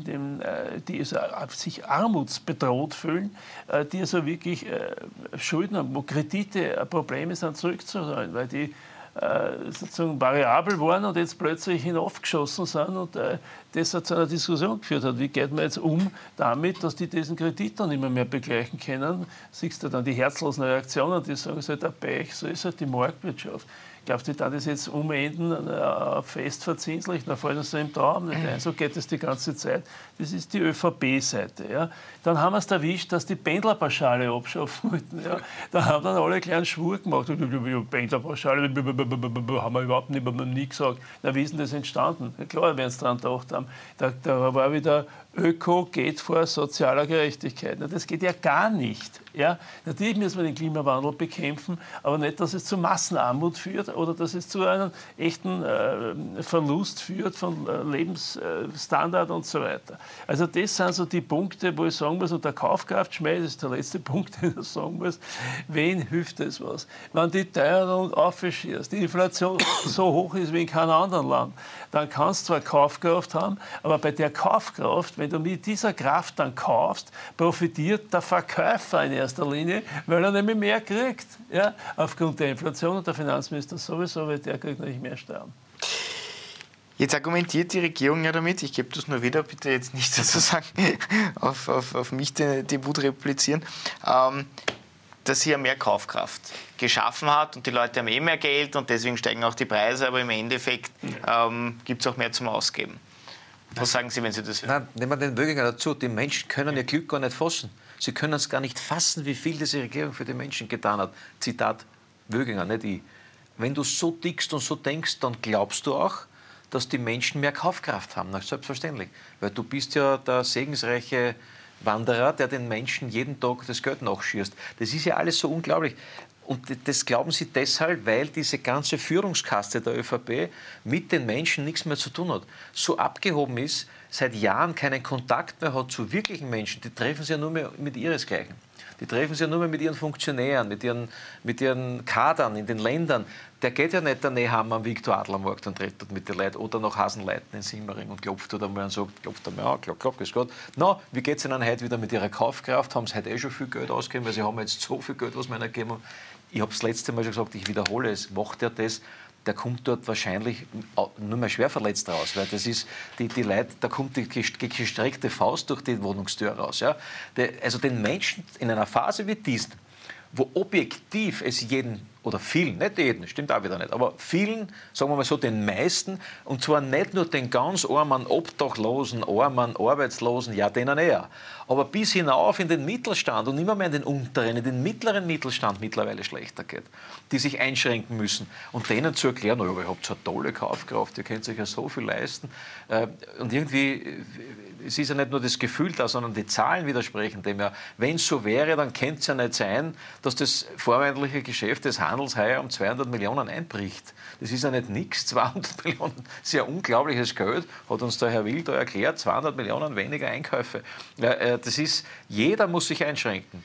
die sich armutsbedroht fühlen, die also wirklich Schulden haben, wo Kredite Probleme sind, zurückzuzahlen, weil die sozusagen variabel waren und jetzt plötzlich hinaufgeschossen sind und das hat zu einer Diskussion geführt hat. Wie geht man jetzt um damit, dass die diesen Kredit dann immer mehr begleichen können? Siehst du dann die herzlosen Reaktionen, die sagen, es ist halt ein Pech, so ist halt die Marktwirtschaft. Glaubst du, da das jetzt umenden, festverzinslich, dann fallen sie im Traum nicht ein. So geht es die ganze Zeit. Das ist die ÖVP-Seite. Ja. Dann haben wir es erwischt, dass die Pendlerpauschale abschaffen wollten. Ja. Da haben dann alle kleinen Schwur gemacht. Pendlerpauschale haben wir überhaupt nie gesagt. Na, wie ist denn das entstanden? Ja, klar, werden sie daran gedacht haben. Da war wieder Öko geht vor sozialer Gerechtigkeit. Na, das geht ja gar nicht. Ja. Natürlich müssen wir den Klimawandel bekämpfen, aber nicht, dass es zu Massenarmut führt oder dass es zu einem echten Verlust führt von Lebensstandard und so weiter. Also das sind so die Punkte, wo ich sagen muss, und der Kaufkraftschmäh, das ist der letzte Punkt, den ich sagen muss, wen hilft das was? Wenn die Teuerung aufschießt, die Inflation so hoch ist wie in keinem anderen Land, dann kannst du zwar Kaufkraft haben, aber bei der Kaufkraft, wenn du mit dieser Kraft dann kaufst, profitiert der Verkäufer in erster Linie, weil er nämlich mehr kriegt. Ja? Aufgrund der Inflation und der Finanzminister sowieso, weil der kriegt nicht mehr Steuern. Jetzt argumentiert die Regierung ja damit, ich gebe das nur wieder, bitte jetzt nicht sozusagen auf mich die Wut replizieren, dass sie ja mehr Kaufkraft geschaffen hat und die Leute haben mehr Geld und deswegen steigen auch die Preise, aber im Endeffekt gibt es auch mehr zum Ausgeben. Was sagen Sie, wenn Sie das hören? Nein, nehmen wir den Wöginger dazu. Die Menschen können ihr Glück gar nicht fassen. Sie können es gar nicht fassen, wie viel diese Regierung für die Menschen getan hat. Zitat Wöginger, nicht ich. Wenn du so tickst und so denkst, dann glaubst du auch, dass die Menschen mehr Kaufkraft haben. Na, selbstverständlich. Weil du bist ja der segensreiche Wanderer, der den Menschen jeden Tag das Geld nachschießt. Das ist ja alles so unglaublich. Und das glauben sie deshalb, weil diese ganze Führungskaste der ÖVP mit den Menschen nichts mehr zu tun hat. So abgehoben ist, seit Jahren keinen Kontakt mehr hat zu wirklichen Menschen. Die treffen sich ja nur mehr mit ihresgleichen. Die treffen sich ja nur mehr mit ihren Funktionären, mit ihren Kadern in den Ländern. Der geht ja nicht der Nehammer am Viktor-Adler-Markt und redet mit den Leuten oder nach Hasenleiten in Simmering und klopft oder mal und sagt, klopft einmal an, klopft, grüß Gott. Na, wie geht es Ihnen heute wieder mit Ihrer Kaufkraft? Haben Sie heute schon viel Geld ausgegeben, weil Sie haben jetzt so viel Geld, was wir Ihnen gegeben haben. Ich habe das letzte Mal schon gesagt, ich wiederhole es, macht er das, der kommt dort wahrscheinlich nur mehr schwer verletzt raus, weil das ist, die Leute, da kommt die gestreckte Faust durch die Wohnungstür raus. Ja? Also den Menschen in einer Phase wie diesen, wo objektiv es jeden oder vielen, nicht jeden, stimmt auch wieder nicht, aber vielen, sagen wir mal so, den meisten, und zwar nicht nur den ganz armen Obdachlosen, armen Arbeitslosen, ja, denen eher, aber bis hinauf in den Mittelstand und immer mehr in den unteren, in den mittleren Mittelstand mittlerweile schlechter geht, die sich einschränken müssen und denen zu erklären, oh, ihr habt so eine tolle Kaufkraft, ihr könnt euch ja so viel leisten und irgendwie, es ist ja nicht nur das Gefühl da, sondern die Zahlen widersprechen dem ja. Wenn es so wäre, dann könnte es ja nicht sein, dass das vorweihnachtliche Geschäft des Handels heuer um 200 Millionen einbricht. Das ist ja nicht nichts, 200 Millionen, sehr unglaubliches Geld, hat uns der Herr Will da erklärt, 200 Millionen weniger Einkäufe. Das ist, jeder muss sich einschränken,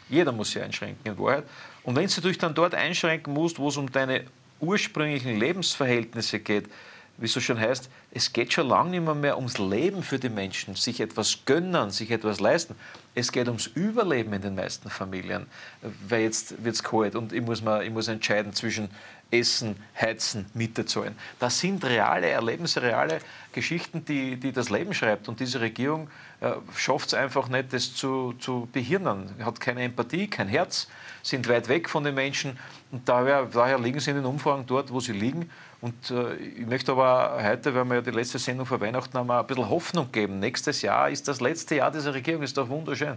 in Wahrheit. Und wenn du dich dann dort einschränken musst, wo es um deine ursprünglichen Lebensverhältnisse geht, wie es so schön heißt, es geht schon lange nicht mehr ums Leben für die Menschen, sich etwas gönnen, sich etwas leisten. Es geht ums Überleben in den meisten Familien, weil jetzt wird es kalt und ich muss entscheiden zwischen Essen, Heizen, Miete zahlen. Das sind reale Erlebnisse, reale Geschichten, die das Leben schreibt. Und diese Regierung schafft es einfach nicht, das zu behirnen. Hat keine Empathie, kein Herz, sind weit weg von den Menschen. Und daher liegen sie in den Umfragen dort, wo sie liegen. Und ich möchte aber heute, weil wir ja die letzte Sendung vor Weihnachten haben, ein bisschen Hoffnung geben. Nächstes Jahr ist das letzte Jahr dieser Regierung, ist doch wunderschön.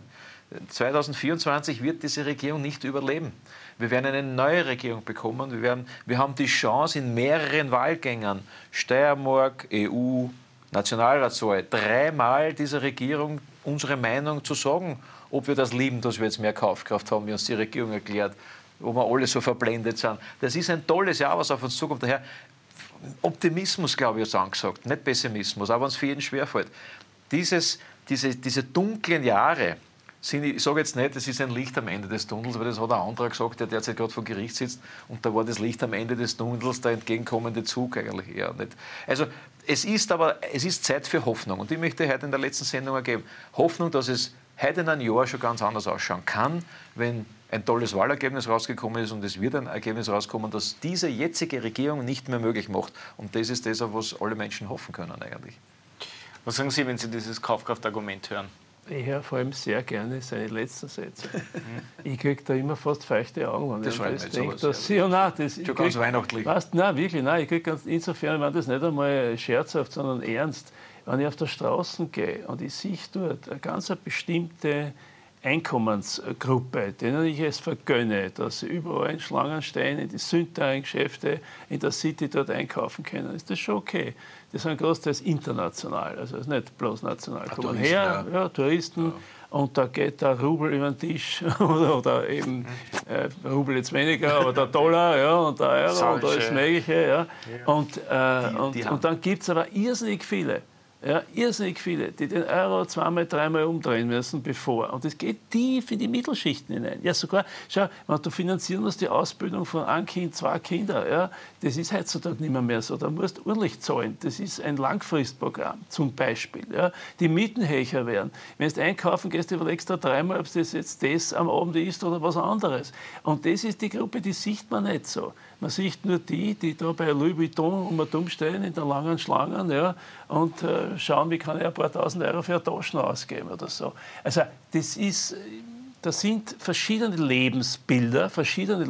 2024 wird diese Regierung nicht überleben. Wir werden eine neue Regierung bekommen. Wir haben die Chance in mehreren Wahlgängen, Steiermark, EU, Nationalratswahl, 3-mal dieser Regierung unsere Meinung zu sagen, ob wir das lieben, dass wir jetzt mehr Kaufkraft haben, wie uns die Regierung erklärt, wo wir alle so verblendet sind. Das ist ein tolles Jahr, was auf uns zukommt. Daher Optimismus, glaube ich, ist angesagt, nicht Pessimismus, auch wenn es für jeden schwerfällt. Diese dunklen Jahre, ich sage jetzt nicht, es ist ein Licht am Ende des Tunnels, weil das hat ein anderer gesagt, der derzeit gerade vor Gericht sitzt, und da war das Licht am Ende des Tunnels der entgegenkommende Zug eigentlich eher nicht. Also es ist Zeit für Hoffnung, und ich möchte heute in der letzten Sendung ergeben, Hoffnung, dass es heute in einem Jahr schon ganz anders ausschauen kann, wenn ein tolles Wahlergebnis rausgekommen ist, und es wird ein Ergebnis rauskommen, das diese jetzige Regierung nicht mehr möglich macht. Und das ist das, auf was alle Menschen hoffen können eigentlich. Was sagen Sie, wenn Sie dieses Kaufkraftargument hören? Ich höre vor allem sehr gerne seine letzten Sätze. Ich kriege da immer fast feuchte Augen. Das freut mich denke, dass Sie, das schon ganz weihnachtlich. Nein, wirklich, nein, ich kriege insofern, ich meine das nicht einmal scherzhaft, sondern ernst. Wenn ich auf der Straße gehe und ich sehe dort eine ganz bestimmte Einkommensgruppe, denen ich es vergönne, dass sie überall in Schlangen stehen, in die Sündteilen-Geschäfte, in der City dort einkaufen können, ist das schon okay. Die sind großteils international, also nicht bloß national. Kommen her, ja, Touristen, ja. Und da geht der Rubel über den Tisch oder eben Rubel jetzt weniger, aber der Dollar, ja, und der Euro und alles Mögliche. Ja. Und dann gibt es aber irrsinnig viele. Ja, irrsinnig viele, die den Euro 2-mal, 3-mal umdrehen müssen bevor. Und das geht tief in die Mittelschichten hinein. Ja, sogar, schau, wenn du finanzieren musst die Ausbildung von einem Kind, 2 Kindern, ja, das ist heutzutage nicht mehr so. Da musst du ordentlich zahlen. Das ist ein Langfristprogramm, zum Beispiel. Ja. Die Mieten höher werden. Wenn du einkaufen gehst, überlegst du 3-mal, ob das jetzt das am Abend ist oder was anderes. Und das ist die Gruppe, die sieht man nicht so. Man sieht nur die da bei Louis Vuitton um und dumm stehen in den langen Schlangen, ja, und schauen, wie kann ich ein paar tausend Euro für eine Taschen ausgeben oder so. Also das ist, das sind verschiedene Lebensbilder, verschiedenes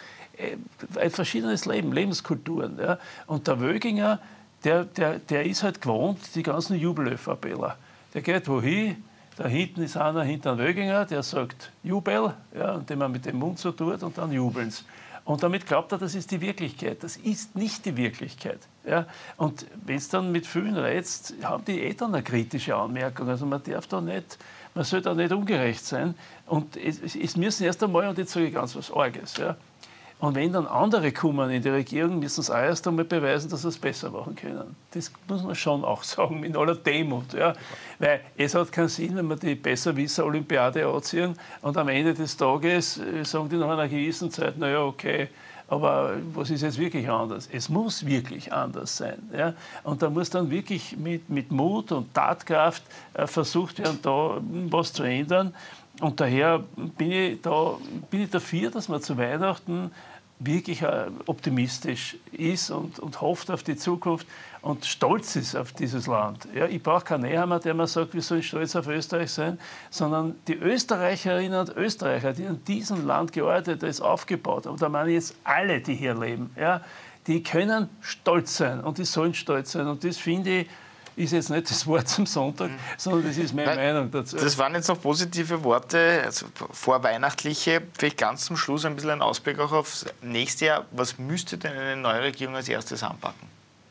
Leben, Lebenskulturen. Ja. Und der Wöginger, der ist halt gewohnt, die ganzen Jubel-ÖVPler. Der geht wohin, da hinten ist einer hinter einem Wöginger, der sagt Jubel, ja, und den man mit dem Mund so tut und dann jubeln sie. Und damit glaubt er, das ist die Wirklichkeit. Das ist nicht die Wirklichkeit. Ja? Und wenn es dann mit vielen redest, haben die dann eine kritische Anmerkung. Also man soll da nicht ungerecht sein. Und es müssen erst einmal, und jetzt sage ich ganz was Arges, ja? Und wenn dann andere kommen in die Regierung, müssen sie auch erst einmal beweisen, dass sie es besser machen können. Das muss man schon auch sagen, in aller Demut. Ja? Weil es hat keinen Sinn, wenn wir die Besserwisser-Olympiade anziehen und am Ende des Tages sagen die nach einer gewissen Zeit, naja, okay, aber was ist jetzt wirklich anders? Es muss wirklich anders sein. Ja? Und da muss dann wirklich mit Mut und Tatkraft versucht werden, da was zu ändern. Und daher bin ich dafür, dass man zu Weihnachten wirklich optimistisch ist und hofft auf die Zukunft und stolz ist auf dieses Land. Ja, ich brauche keinen Nehammer, der mir sagt, wir sollen stolz auf Österreich sein, sondern die Österreicherinnen und Österreicher, die in diesem Land gearbeitet, das aufgebaut haben, da meine ich jetzt alle, die hier leben, ja, die können stolz sein und die sollen stolz sein. Und das finde ich, ist jetzt nicht das Wort zum Sonntag, sondern das ist meine Meinung dazu. Das waren jetzt noch positive Worte, also vorweihnachtliche. Vielleicht ganz zum Schluss ein bisschen ein Ausblick auch aufs nächste Jahr. Was müsste denn eine neue Regierung als erstes anpacken?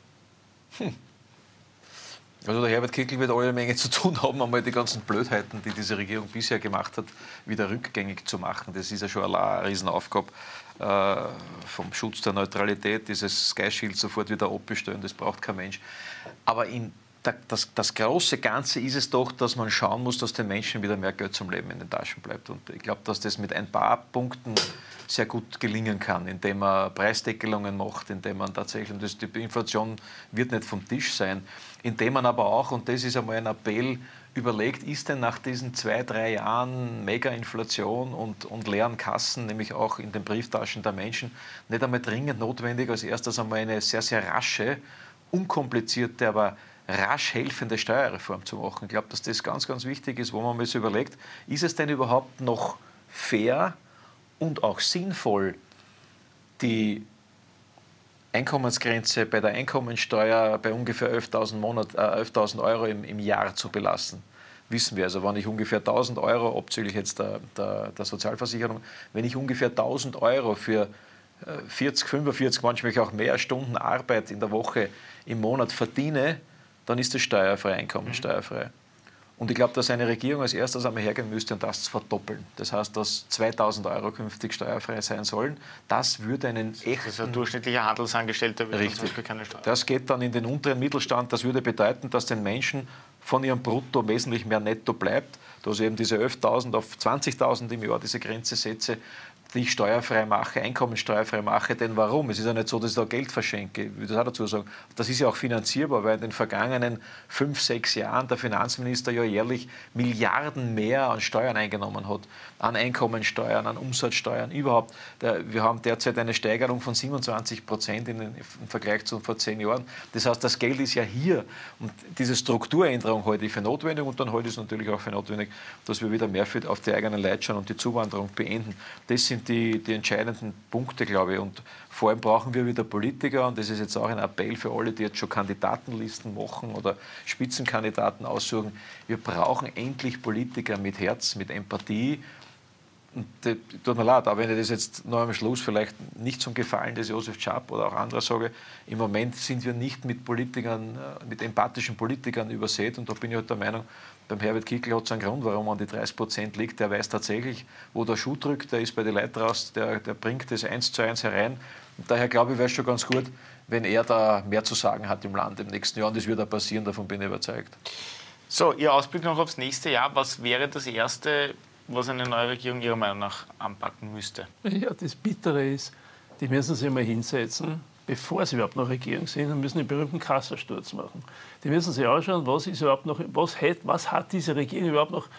Also der Herbert Kickl wird alle Menge zu tun haben, einmal die ganzen Blödheiten, die diese Regierung bisher gemacht hat, wieder rückgängig zu machen. Das ist ja schon allein eine Riesenaufgabe. Vom Schutz der Neutralität, dieses Sky Shield sofort wieder abbestellen, das braucht kein Mensch. Aber das große Ganze ist es doch, dass man schauen muss, dass den Menschen wieder mehr Geld zum Leben in den Taschen bleibt. Und ich glaube, dass das mit ein paar Punkten sehr gut gelingen kann, indem man Preisdeckelungen macht, indem man tatsächlich, die Inflation wird nicht vom Tisch sein, indem man aber auch, und das ist einmal ein Appell, überlegt, ist denn nach diesen 2-3 Jahren Mega-Inflation und leeren Kassen, nämlich auch in den Brieftaschen der Menschen, nicht einmal dringend notwendig, als erstes einmal eine sehr, sehr rasche, unkomplizierte, aber rasch helfende Steuerreform zu machen. Ich glaube, dass das ganz, ganz wichtig ist, wo man sich überlegt, ist es denn überhaupt noch fair und auch sinnvoll, die Einkommensgrenze bei der Einkommensteuer bei ungefähr 11.000 Euro im Jahr zu belassen? Wissen wir, also wenn ich ungefähr 1.000 Euro, abzüglich jetzt der Sozialversicherung, wenn ich ungefähr 1.000 Euro für 40, 45, manchmal auch mehr Stunden Arbeit in der Woche im Monat verdiene, dann ist das steuerfrei, einkommensteuerfrei. Und ich glaube, dass eine Regierung als erstes einmal hergehen müsste und das verdoppeln. Das heißt, dass 2.000 Euro künftig steuerfrei sein sollen. Das würde einen echten... Also ein durchschnittlicher Handelsangestellter würde richtig. Keine Steuer. Das geht dann in den unteren Mittelstand. Das würde bedeuten, dass den Menschen von ihrem Brutto wesentlich mehr Netto bleibt. Dass ich eben diese 11.000 auf 20.000 im Jahr diese Grenze setze, die ich steuerfrei mache, einkommenssteuerfrei mache. Denn warum? Es ist ja nicht so, dass ich da Geld verschenke. Ich will das auch dazu sagen. Das ist ja auch finanzierbar, weil in den vergangenen 5-6 Jahren der Finanzminister ja jährlich Milliarden mehr an Steuern eingenommen hat. An Einkommensteuern, an Umsatzsteuern, überhaupt. Wir haben derzeit eine Steigerung von 27% im Vergleich zu vor 10 Jahren. Das heißt, das Geld ist ja hier. Und diese Strukturänderung halte ich für notwendig und dann halte ich es natürlich auch für notwendig, dass wir wieder mehr auf die eigenen Leute schauen und die Zuwanderung beenden. Das sind die entscheidenden Punkte, glaube ich. Und vor allem brauchen wir wieder Politiker, und das ist jetzt auch ein Appell für alle, die jetzt schon Kandidatenlisten machen oder Spitzenkandidaten aussuchen. Wir brauchen endlich Politiker mit Herz, mit Empathie. Und tut mir leid, aber wenn ich das jetzt noch am Schluss vielleicht nicht zum Gefallen des Josef Schaap oder auch anderer sage, im Moment sind wir nicht mit Politikern, mit empathischen Politikern übersät, und da bin ich halt der Meinung, beim Herbert Kickl hat es einen Grund, warum er an die 30% liegt. Der weiß tatsächlich, wo der Schuh drückt, der ist bei den Leuten raus, der bringt das 1:1 herein. Und daher glaube ich, wäre es schon ganz gut, wenn er da mehr zu sagen hat im Land im nächsten Jahr, und das wird auch passieren, davon bin ich überzeugt. So, Ihr Ausblick noch aufs nächste Jahr. Was wäre das Erste, was eine neue Regierung Ihrer Meinung nach anpacken müsste? Ja, das Bittere ist, die müssen sich mal hinsetzen, bevor sie überhaupt noch Regierung sind, und müssen den berühmten Kassensturz machen. Die müssen sich anschauen, was hat diese Regierung überhaupt noch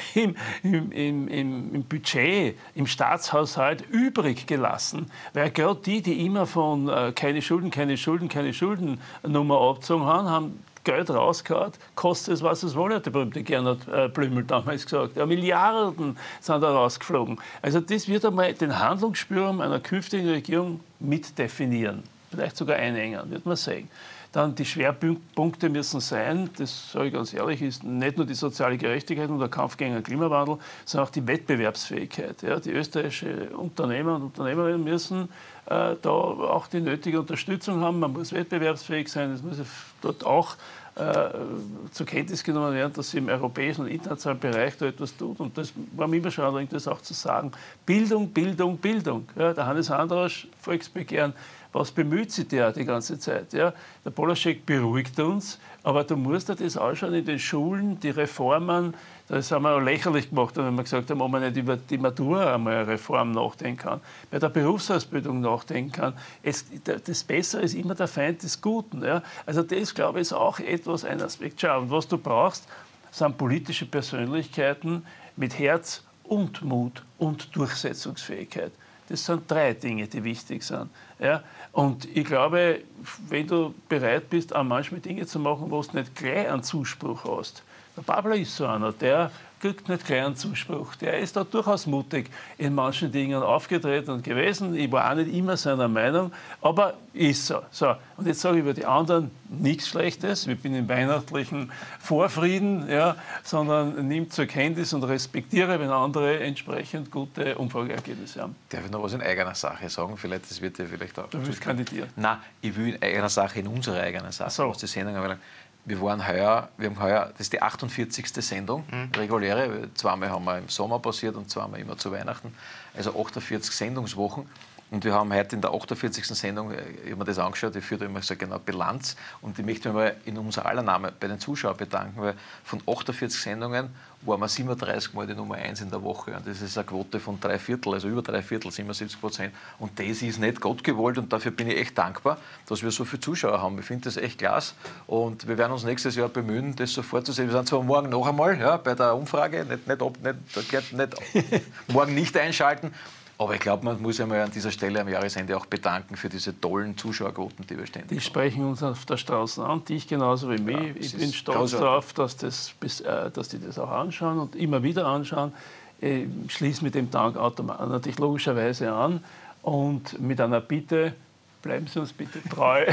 im Budget, im Staatshaushalt übrig gelassen. Weil gerade die immer von keine Schulden Nummer abgezogen haben, Geld rausgehauen, kostet es, was es wolle, hat der berühmte Gernot Blümel damals gesagt. Ja, Milliarden sind da rausgeflogen. Also das wird einmal den Handlungsspielraum einer künftigen Regierung mitdefinieren. Vielleicht sogar einengen, wird man sehen. Dann die Schwerpunkte müssen sein, das sage ich ganz ehrlich, ist nicht nur die soziale Gerechtigkeit und der Kampf gegen den Klimawandel, sondern auch die Wettbewerbsfähigkeit. Ja, die österreichischen Unternehmer und Unternehmerinnen müssen da auch die nötige Unterstützung haben. Man muss wettbewerbsfähig sein. Es muss dort auch zur Kenntnis genommen werden, dass sie im europäischen und internationalen Bereich da etwas tut. Und das war mir immer schon anregend, das auch zu sagen. Bildung, Bildung, Bildung. Ja, der Hannes Androsch, Volksbegehren, was bemüht sich der die ganze Zeit? Ja? Der Polaschek beruhigt uns, aber du musst dir das anschauen in den Schulen, die Reformen, das haben wir auch lächerlich gemacht, wenn wir gesagt haben, ob man nicht über die Matura einmal eine Reform nachdenken kann, bei der Berufsausbildung nachdenken kann. Das Bessere ist immer der Feind des Guten. Ja? Also das, glaube ich, ist auch etwas, ein Aspekt. Schau, und was du brauchst, sind politische Persönlichkeiten mit Herz und Mut und Durchsetzungsfähigkeit. Das sind 3 Dinge, die wichtig sind. Ja? Und ich glaube, wenn du bereit bist, auch manchmal Dinge zu machen, wo du nicht gleich einen Zuspruch hast. Der Babler ist so einer, der kriegt nicht gleich einen Zuspruch. Der ist da durchaus mutig in manchen Dingen aufgetreten und gewesen. Ich war auch nicht immer seiner Meinung, aber ist so. So. Und jetzt sage ich über die anderen nichts Schlechtes. Ich bin im weihnachtlichen Vorfrieden, ja, sondern nimm zur Kenntnis und respektiere, wenn andere entsprechend gute Umfrageergebnisse haben. Darf ich noch was in eigener Sache sagen? Vielleicht, das wird ja vielleicht auch... Du willst kandidieren? Nein, ich will in eigener Sache, in unserer eigenen Sache, so. was die Sendung anbelangt. Wir haben heuer, das ist die 48. Sendung, reguläre. 2-mal haben wir im Sommer passiert und 2-mal immer zu Weihnachten. Also 48 Sendungswochen. Und wir haben heute in der 48. Sendung, ich habe mir das angeschaut, ich führe da immer so genau Bilanz. Und ich möchte mich mal in unser aller Namen bei den Zuschauern bedanken, weil von 48 Sendungen waren wir 37 Mal die Nummer 1 in der Woche. Und das ist eine Quote von 3/4, also über 3/4, 77%. Und das ist nicht Gott gewollt und dafür bin ich echt dankbar, dass wir so viele Zuschauer haben. Ich finde das echt klasse und wir werden uns nächstes Jahr bemühen, das sofort zu sehen. Wir sind zwar morgen noch einmal bei der Umfrage, nicht morgen nicht einschalten. Aber ich glaube, man muss einmal an dieser Stelle am Jahresende auch bedanken für diese tollen Zuschauerquoten, die wir ständig haben. Die sprechen uns auf der Straße an, dich genauso wie mich. Ja, ich bin stolz darauf, dass die das auch anschauen und immer wieder anschauen. Ich schließe mit dem Dank natürlich logischerweise an und mit einer Bitte, bleiben Sie uns bitte treu.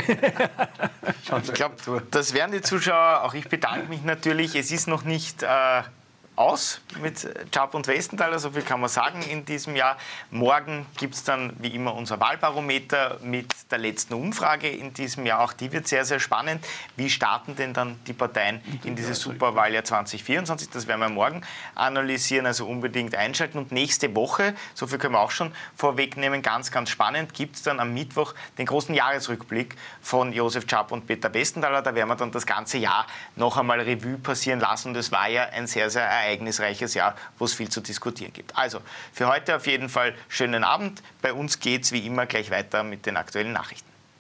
Ich glaube, das werden die Zuschauer. Auch ich bedanke mich natürlich. Es ist noch nicht... aus mit Chap und Westenthaler, so viel kann man sagen in diesem Jahr. Morgen gibt es dann wie immer unser Wahlbarometer mit der letzten Umfrage in diesem Jahr. Auch die wird sehr, sehr spannend. Wie starten denn dann die Parteien in dieses Superwahljahr 2024? Das werden wir morgen analysieren, also unbedingt einschalten. Und nächste Woche, so viel können wir auch schon vorwegnehmen, ganz, ganz spannend, gibt es dann am Mittwoch den großen Jahresrückblick von Josef Chap und Peter Westenthaler. Da werden wir dann das ganze Jahr noch einmal Revue passieren lassen. Das war ja ein sehr, sehr ereignisreiches Jahr, wo es viel zu diskutieren gibt. Also für heute auf jeden Fall schönen Abend. Bei uns geht es wie immer gleich weiter mit den aktuellen Nachrichten.